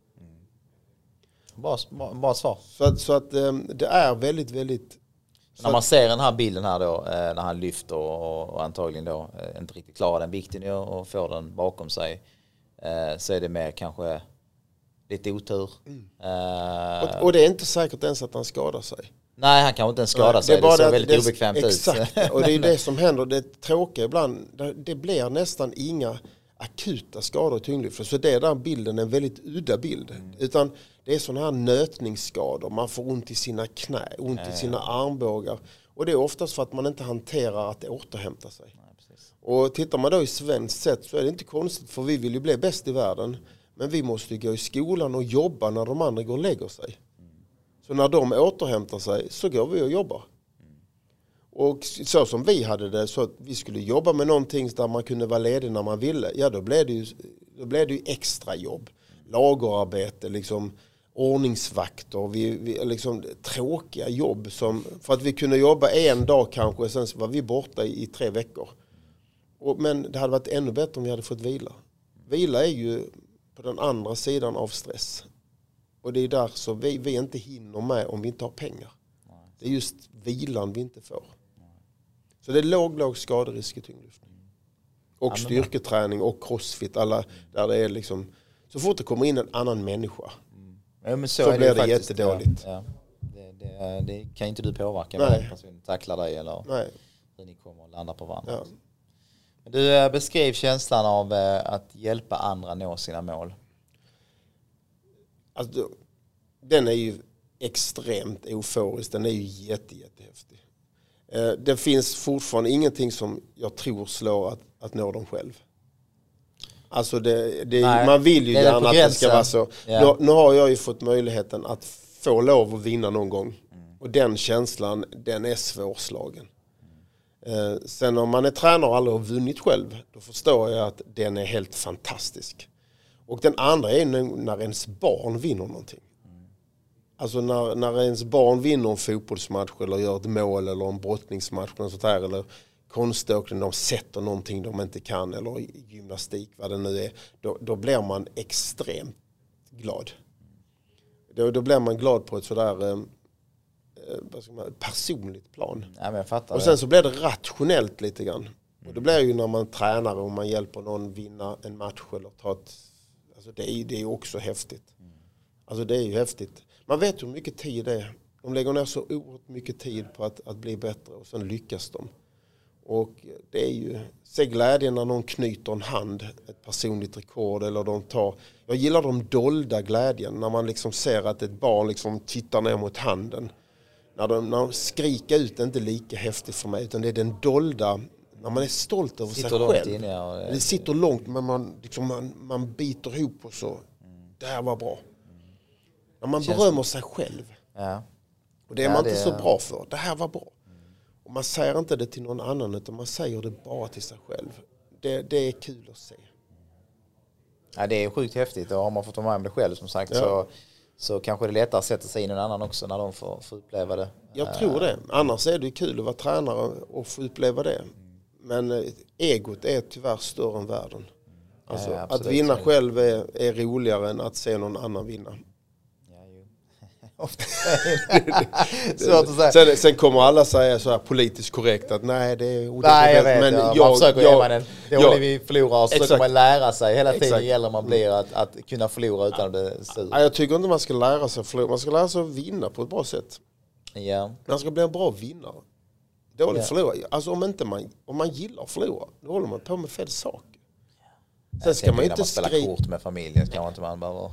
Bra, bra svar. Så att, så att det är väldigt, väldigt... När man ser den här bilden här då, när han lyfter och, och antagligen då inte riktigt klarar den vikten och får den bakom sig, så är det mer kanske lite otur. Mm. Uh, och, och det är inte säkert ens att han skadar sig. Nej, han kan inte ens skada sig. Det, det ser det, väldigt det, obekvämt exakt. ut. Och det är det som händer. Det tråkiga ibland, det blir nästan inga akuta skador i tyngdlyft. Så det är där bilden är en väldigt udda bild. Mm. Utan det är sådana här nötningsskador. Man får ont i sina knä, ont i sina armbågar. Och det är oftast för att man inte hanterar att det återhämtar sig. Nej, och tittar man då i svenskt sätt så är det inte konstigt, för vi vill ju bli bäst i världen. Men vi måste gå i skolan och jobba när de andra går och lägger sig. Mm. Så när de återhämtar sig så går vi och jobbar. Mm. Och så som vi hade det, så att vi skulle jobba med någonting där man kunde vara ledig när man ville. Ja, då blev det ju, då blev det ju extra jobb. Lagerarbete, liksom ordningsvakter, vi, vi, liksom tråkiga jobb. Som, för att vi kunde jobba en dag kanske och sen var vi borta i, i tre veckor. Och, men det hade varit ännu bättre om vi hade fått vila. Vila är ju på den andra sidan av stress. Och det är där så vi, vi inte hinner med om vi inte har pengar. Det är just vilan vi inte får. Så det är låg, låg skaderisk i tyngdlyftning. Och ja, styrketräning och crossfit. Alla, där det är liksom, så fort det kommer in en annan människa mm. ja, men så, så är blir det, det faktiskt, jättedåligt. Ja, ja. Det, det, det kan inte du påverka. Nej. Med personen tacklar dig eller Nej. hur ni kommer att landa på varandra. Ja. Men du beskrev känslan av att hjälpa andra nå sina mål. Alltså, den är ju extremt euforisk. Den är ju jätte, jättehäftig. Eh, det finns fortfarande ingenting som jag tror slår att, att nå dem själv. Alltså det, det, man vill ju gärna att det ska vara så. Ja. Nu, nu har jag ju fått möjligheten att få lov att vinna någon gång. Mm. Och den känslan, den är svårslagen. Mm. Eh, sen om man är tränare och aldrig har vunnit själv, då förstår jag att den är helt fantastisk. Och den andra är när ens barn vinner någonting. Mm. Alltså när, när ens barn vinner en fotbollsmatch eller gör ett mål eller en brottningsmatch eller sånt här, eller konståkning, de sätter någonting de inte kan, eller gymnastik, vad det nu är, då, då blir man extremt glad. Då, då blir man glad på ett sådär eh, vad ska man, personligt plan. Ja, men jag fattar och sen det. Så blir det rationellt lite grann. Mm. Och det blir ju när man tränar och man hjälper någon vinna en match eller ta ett, alltså det är det är också häftigt. Mm. Alltså det är ju häftigt. Man vet hur mycket tid det är. De lägger ner så oerhört mycket tid på att, att bli bättre och sen lyckas de. Och det är ju, se glädjen när någon knyter en hand, ett personligt rekord, eller de tar, jag gillar de dolda glädjen när man liksom ser att ett barn liksom tittar ner mot handen. När de, när de skriker ut, är inte lika häftigt för mig, utan det är den dolda, när man är stolt över sitter sig själv. In, ja, det, det sitter långt, men man, liksom, man, man biter ihop och så, mm. det här var bra. Mm. När man Känns berömmer sig själv. Ja. Och det är ja, man det inte så är... bra för. Det här var bra. Och man säger inte det till någon annan, utan man säger det bara till sig själv. Det, det är kul att se. Ja, det är sjukt häftigt. Och har man fått vara med om det själv som sagt ja. så, så kanske det är lättare att sätta sig in i någon annan också när de får, får uppleva det. Jag tror det. Annars är det kul att vara tränare och få uppleva det. Men egot är tyvärr större än världen. Alltså, ja, att vinna själv är, är roligare än att se någon annan vinna. Svårt att säga. Sen, sen kommer alla säga så här politiskt korrekt att nej, det är odemokratiskt. Nej, jag vet. Men ja, jag, man försöker jag, man en dålig vi förlorar och så försöker man lära sig. Hela tiden exakt. Gäller man blir att, att kunna förlora utan att bli sur. Ja, jag tycker inte man ska lära sig att förlora. Man ska lära sig att vinna på ett bra sätt. Ja. Man ska bli en bra vinnare. Dålig ja. förlora. Alltså om, inte man, om man gillar att förlora, då håller man på med fel saker. Sen ska man inte skriva kort med familjen, kan inte man bara.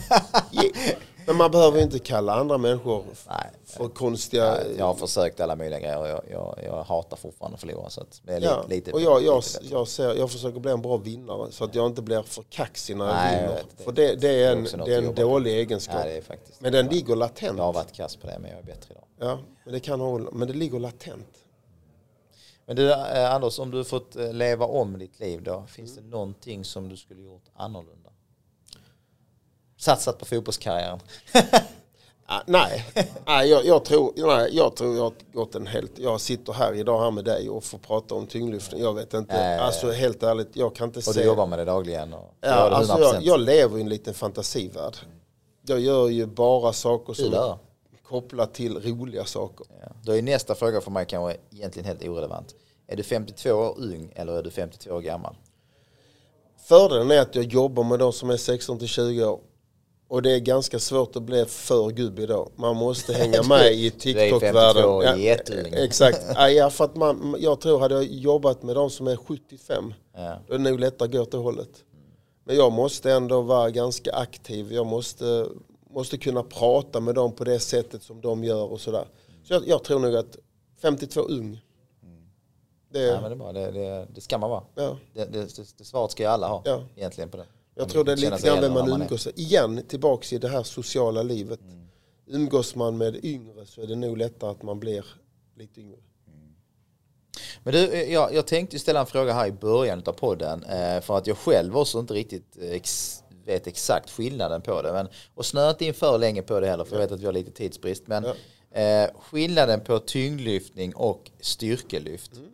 Men man behöver inte kalla andra människor Nej. för konstiga. Ja, jag har försökt alla möjliga grejer och jag, jag, jag hatar fortfarande att förlora, så att det är ja. lite. Och jag, jag, jag, ser, jag försöker bli en bra vinnare så att jag inte blir för kaxig när jag Nej, vinner. Jag för det, det är en, det är en dålig egenskap. Ja, det är faktiskt, men den ligger latent. Jag har varit kass på det, men jag är bättre idag. Ja, men det kan hålla, men det ligger latent. Men du, eh, Anders, om du fått eh, leva om ditt liv då, finns mm. det någonting som du skulle gjort annorlunda? Satsat på fotbollskarriären? ah, nej, nej, jag, jag, tror, nej jag tror jag har gått en helt... Jag sitter här idag här med dig och får prata om tyngdlyftning. Jag vet inte, äh, alltså helt ärligt, jag kan inte och se... Och du jobbar med det dagligen? Och ja, alltså jag, jag lever i en liten fantasivärld. Mm. Jag gör ju bara saker som är kopplat till roliga saker. Ja. Då är nästa fråga för mig kanske egentligen helt irrelevant. Är du femtiotvå år ung eller är du femtiotvå år gammal? Fördelen är att jag jobbar med de som är sexton till tjugo år. Och det är ganska svårt att bli för gubb idag. Man måste hänga med i TikTok-världen. Du är femtiotvå år, jätteung. Ja, exakt. Ja, för att man, jag tror hade jag jobbat med de som är sjuttiofem, ja. Då är det nog lättare att gå åt det hållet. Men jag måste ändå vara ganska aktiv. Jag måste, måste kunna prata med dem på det sättet som de gör och sådär. Så jag, jag tror nog att femtiotvå ung. Det, ja, men det, är bra. Det, det, det ska man vara. Ja. Det, det, det, det svaret ska ju alla ha ja. Egentligen på det. Jag man tror det är lite grann vem man umgås. Man igen tillbaka i det här sociala livet. Mm. Umgås man med yngre så är det nog lättare att man blir lite yngre. Mm. Men du, jag, jag tänkte ställa en fråga här i början av podden. Eh, för att jag själv också inte riktigt eh, vet exakt skillnaden på det. Men, och snöa inte in för länge på det heller, för jag vet att vi har lite tidsbrist. Men ja. eh, skillnaden på tyngdlyftning och styrkelyft. Mm.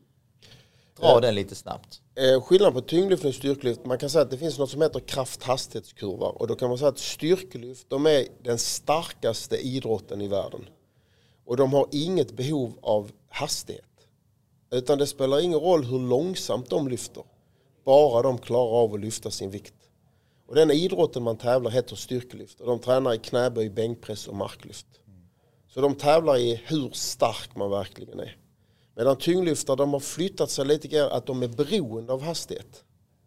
Dra eh, den lite snabbt. Eh, skillnaden på tyngdlyftning och styrkelyft, man kan säga att det finns något som heter kraft-hastighetskurva. Och då kan man säga att styrkelyft, de är den starkaste idrotten i världen. Och de har inget behov av hastighet. Utan det spelar ingen roll hur långsamt de lyfter. Bara de klarar av att lyfta sin vikt. Och den idrotten man tävlar heter styrkelyft. Och de tränar i knäböj, bänkpress och marklyft. Så de tävlar i hur stark man verkligen är. Medan tyngdlyftare, de har flyttat sig lite grann att de är beroende av hastighet.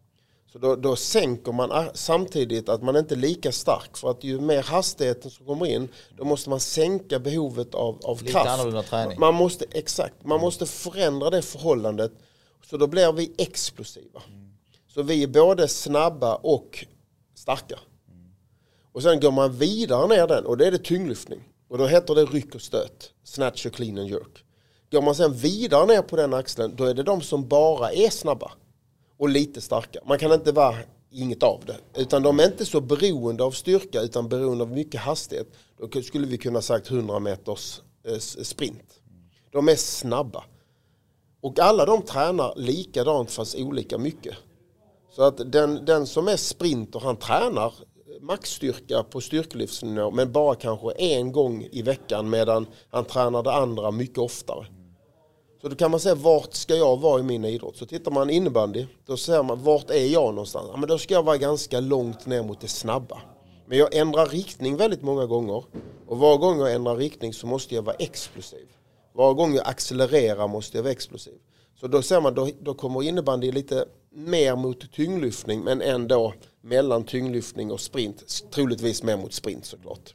Så då, då sänker man samtidigt att man inte är lika stark. För att ju mer hastigheten som kommer in, då måste man sänka behovet av, av lite kraft. Annorlunda träning. Man måste, exakt, man måste förändra det förhållandet. Så då blir vi explosiva. Mm. Så vi är både snabba och starka. Mm. Och sen går man vidare ner den, och det är det tyngdlyftning. Och då heter det ryck och stöt. Snatch och clean and jerk. Går man sen vidare ner på den axeln, då är det de som bara är snabba. Och lite starka. Man kan inte vara inget av det. Utan de är inte så beroende av styrka, utan beroende av mycket hastighet. Då skulle vi kunna sagt hundra meters sprint. De är snabba. Och alla de tränar likadant fast olika mycket. Så att den, den som är sprinter, han tränar maxstyrka på styrkelyftsnivå, men bara kanske en gång i veckan, medan han tränar det andra mycket oftare. Så då kan man säga, vart ska jag vara i min idrott? Så tittar man innebandy, då ser man, vart är jag någonstans? Ja, men då ska jag vara ganska långt ner mot det snabba. Men jag ändrar riktning väldigt många gånger. Och var gång jag ändrar riktning så måste jag vara explosiv. Var gång jag accelererar måste jag vara explosiv. Så då ser man, då, då kommer innebandy lite mer mot tyngdlyftning, men ändå mellan tyngdlyftning och sprint. Troligtvis mer mot sprint såklart.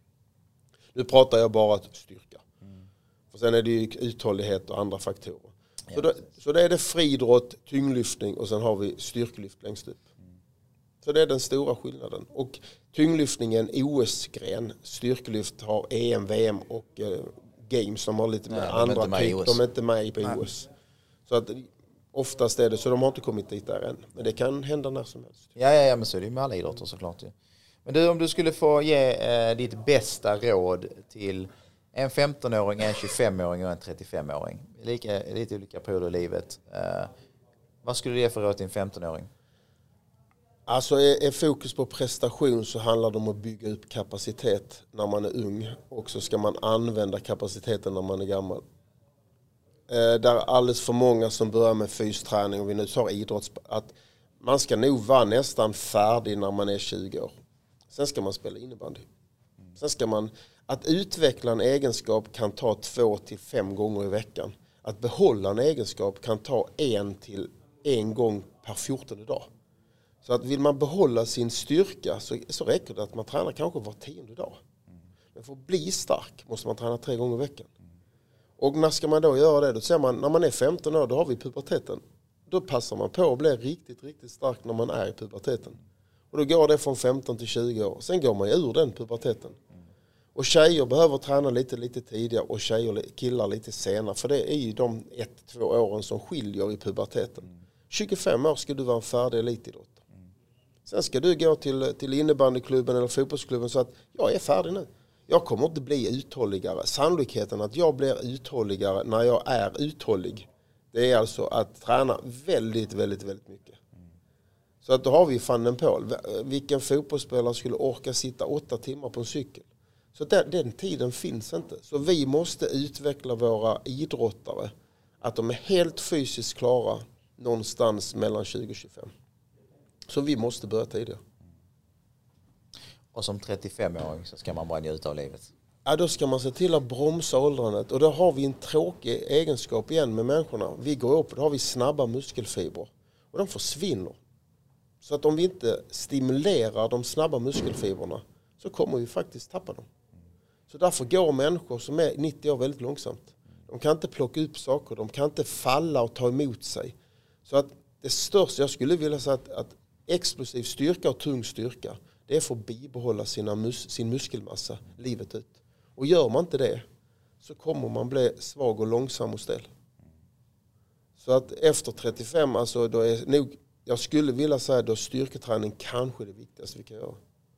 Nu pratar jag bara styrka. Och sen är det ju uthållighet och andra faktorer. Ja. Så, då, så det är det friidrott, tyngdlyftning och sen har vi styrkelyft längst upp. Mm. Så det är den stora skillnaden. Och tyngdlyftning är en O S-gren. Styrkelyft har E M, V M och eh, Games som har lite med ja, andra typer. De är inte med på O S. Så att oftast är det så, de har inte kommit dit där än. Men det kan hända när som helst. Ja, ja, ja, men så är det med alla idrotter såklart. Ja. Men du, om du skulle få ge eh, ditt bästa råd till en femtonåring, en tjugofemåring och en trettiofemåring. Lika, lite olika perioder i livet. Eh, vad skulle du ge för råd till en femtonåring? Alltså är, är fokus på prestation så handlar det om att bygga upp kapacitet när man är ung. Och så ska man använda kapaciteten när man är gammal. Eh, där är alldeles för många som börjar med fysträning och vi nu tar idrotts... Att man ska nog vara nästan färdig när man är tjugo år. Sen ska man spela innebandy. Sen ska man... Att utveckla en egenskap kan ta två till fem gånger i veckan. Att behålla en egenskap kan ta en till en gång per fjortonde dag. Så att vill man behålla sin styrka så, så räcker det att man tränar kanske var tionde dag. Men för att bli stark måste man träna tre gånger i veckan. Och när ska man då göra det? Då ser man, när man är femton år, då har vi puberteten. Då passar man på att bli riktigt, riktigt stark när man är i puberteten. Och då går det från femton till tjugo år. Sen går man ju ur den puberteten. Och tjejer behöver träna lite, lite tidigare och tjejer, killar lite senare. För det är ju de ett, två åren som skiljer i puberteten. Mm. tjugofem år ska du vara en färdig elitidrottare. Mm. Sen ska du gå till, till innebandyklubben eller fotbollsklubben så att jag är färdig nu. Jag kommer inte bli uthålligare. Sannolikheten att jag blir uthålligare när jag är uthållig, det är alltså att träna väldigt, väldigt, väldigt mycket. Mm. Så att då har vi Van den Poel. Vilken fotbollsspelare skulle orka sitta åtta timmar på en cykel? Så den, den tiden finns inte. Så vi måste utveckla våra idrottare att de är helt fysiskt klara någonstans mellan tjugo och tjugofem. Så vi måste börja tidigare. Och som trettiofemåring så ska man bara njuta av livet. Ja, då ska man se till att bromsa åldrandet. Och då har vi en tråkig egenskap igen med människorna. Vi går upp och då har vi snabba muskelfibrer. Och de försvinner. Så att om vi inte stimulerar de snabba muskelfibrerna så kommer vi faktiskt tappa dem. Så därför går människor som är nittio år väldigt långsamt. De kan inte plocka upp saker, de kan inte falla och ta emot sig. Så att det största, jag skulle vilja säga att, att explosiv styrka och tung styrka, det är för att bibehålla sina mus, sin muskelmassa livet ut. Och gör man inte det så kommer man bli svag och långsam och stel. Så att efter trettiofem, alltså då är nog, jag skulle vilja säga då styrketräning kanske är det viktigaste vi kan göra.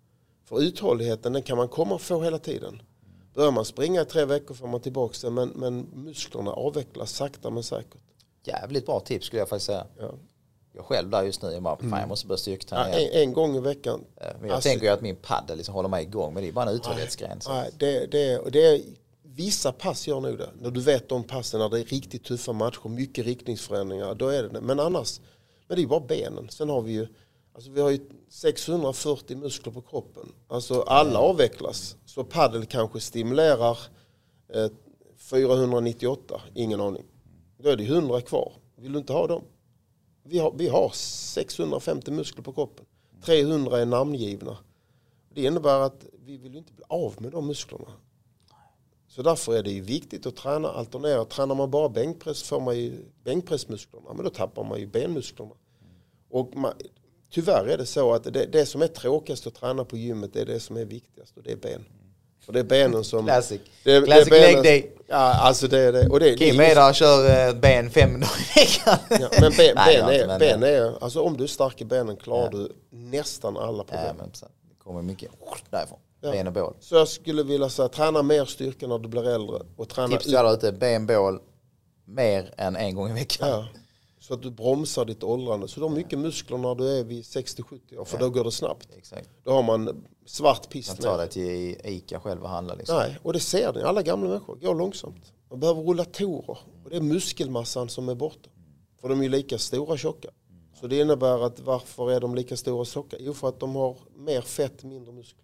För uthålligheten den kan man komma och få hela tiden. Börjar man springa i tre veckor får man tillbaka sig, men, men musklerna avvecklas sakta men säkert. Jävligt bra tips skulle jag faktiskt säga. Ja. Jag själv där just nu, jag bara, fan jag måste börja styrketräna Ja, en, en gång i veckan. Men jag alltså, tänker ju att min paddel liksom håller mig igång, men det är bara en uthållighetsgräns. Nej, det, det, det är, vissa pass gör nog det. När du vet de passen när det är riktigt tuffa matcher, mycket riktningsförändringar, då är det det. Men annars, men det är bara benen. Sen har vi ju, alltså vi har ju sexhundrafyrtio muskler på kroppen. Alltså alla avvecklas. Så paddel kanske stimulerar eh, fyrahundranittioåtta, ingen aning. Då är det hundra kvar. Vill du inte ha dem? Vi har, vi har sexhundrafemtio muskler på kroppen. trehundra är namngivna. Det innebär att vi vill inte bli av med de musklerna. Så därför är det ju viktigt att träna, alternera. Tränar man bara bänkpress får man ju bänkpressmusklerna. Men då tappar man ju benmusklerna. Och man, tyvärr är det så att det, det som är tråkigast att träna på gymmet det är det som är viktigast. Och det är ben. Och det är benen som... Classic. Det, Classic det är benen, leg day. Ja, alltså det är det. Och det Kim är där och kör ben fem dagar i veckan. Ja, men ben, Nej, ben, är, inte, men ben är... Alltså om du är stark i benen klarar ja. du nästan alla problem. Ja, men det kommer mycket därifrån. Ja. Ben och bål. Så jag skulle vilja säga träna mer styrka när du blir äldre. Och träna Tips till alla ute, ben, bål mer än en gång i veckan. Ja. Så att du bromsar ditt åldrande. Så du har mycket muskler när du är vid sextio sjuttio år. För ja. Då går det snabbt. Exakt. Då har man svart pist. Man tar det till Ica själv och handlar. Liksom. Nej, och det ser ni. Alla gamla människor går långsamt. Man behöver rullatorer. Och det är muskelmassan som är borta. För de är ju lika stora tjocka. Så det innebär att varför är de lika stora tjocka? Jo, för att de har mer fett, mindre muskler.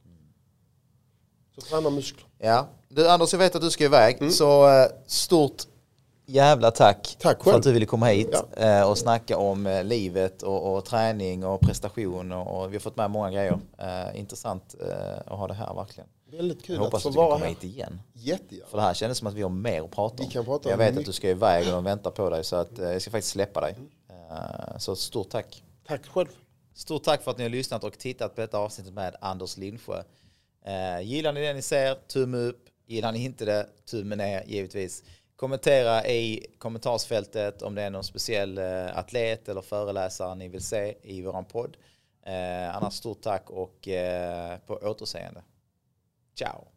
Så träna muskler. Ja. Du Anders, jag vet att du ska iväg. Mm. Så stort jävla tack, tack för att du ville komma hit ja. och snacka om livet och, och träning och prestation. Och, och vi har fått med många grejer. Uh, intressant uh, att ha det här verkligen. Väldigt kul jag hoppas att, att du kan komma här. hit igen. Jättegärna. För det här kändes som att vi har mer att prata om. Vi kan prata jag om vet mycket. att du ska iväg och de väntar på dig. Så att, uh, jag ska faktiskt släppa dig. Uh, så stort tack. Tack själv. Stort tack för att ni har lyssnat och tittat på detta avsnittet med Anders Lindsjö. Uh, gillar ni det ni ser, tumme upp. Gillar ni inte det, tumme ner givetvis. Kommentera i kommentarsfältet om det är någon speciell uh, atlet eller föreläsare ni vill se i våran podd. Uh, annars stort tack och uh, på återseende. Ciao!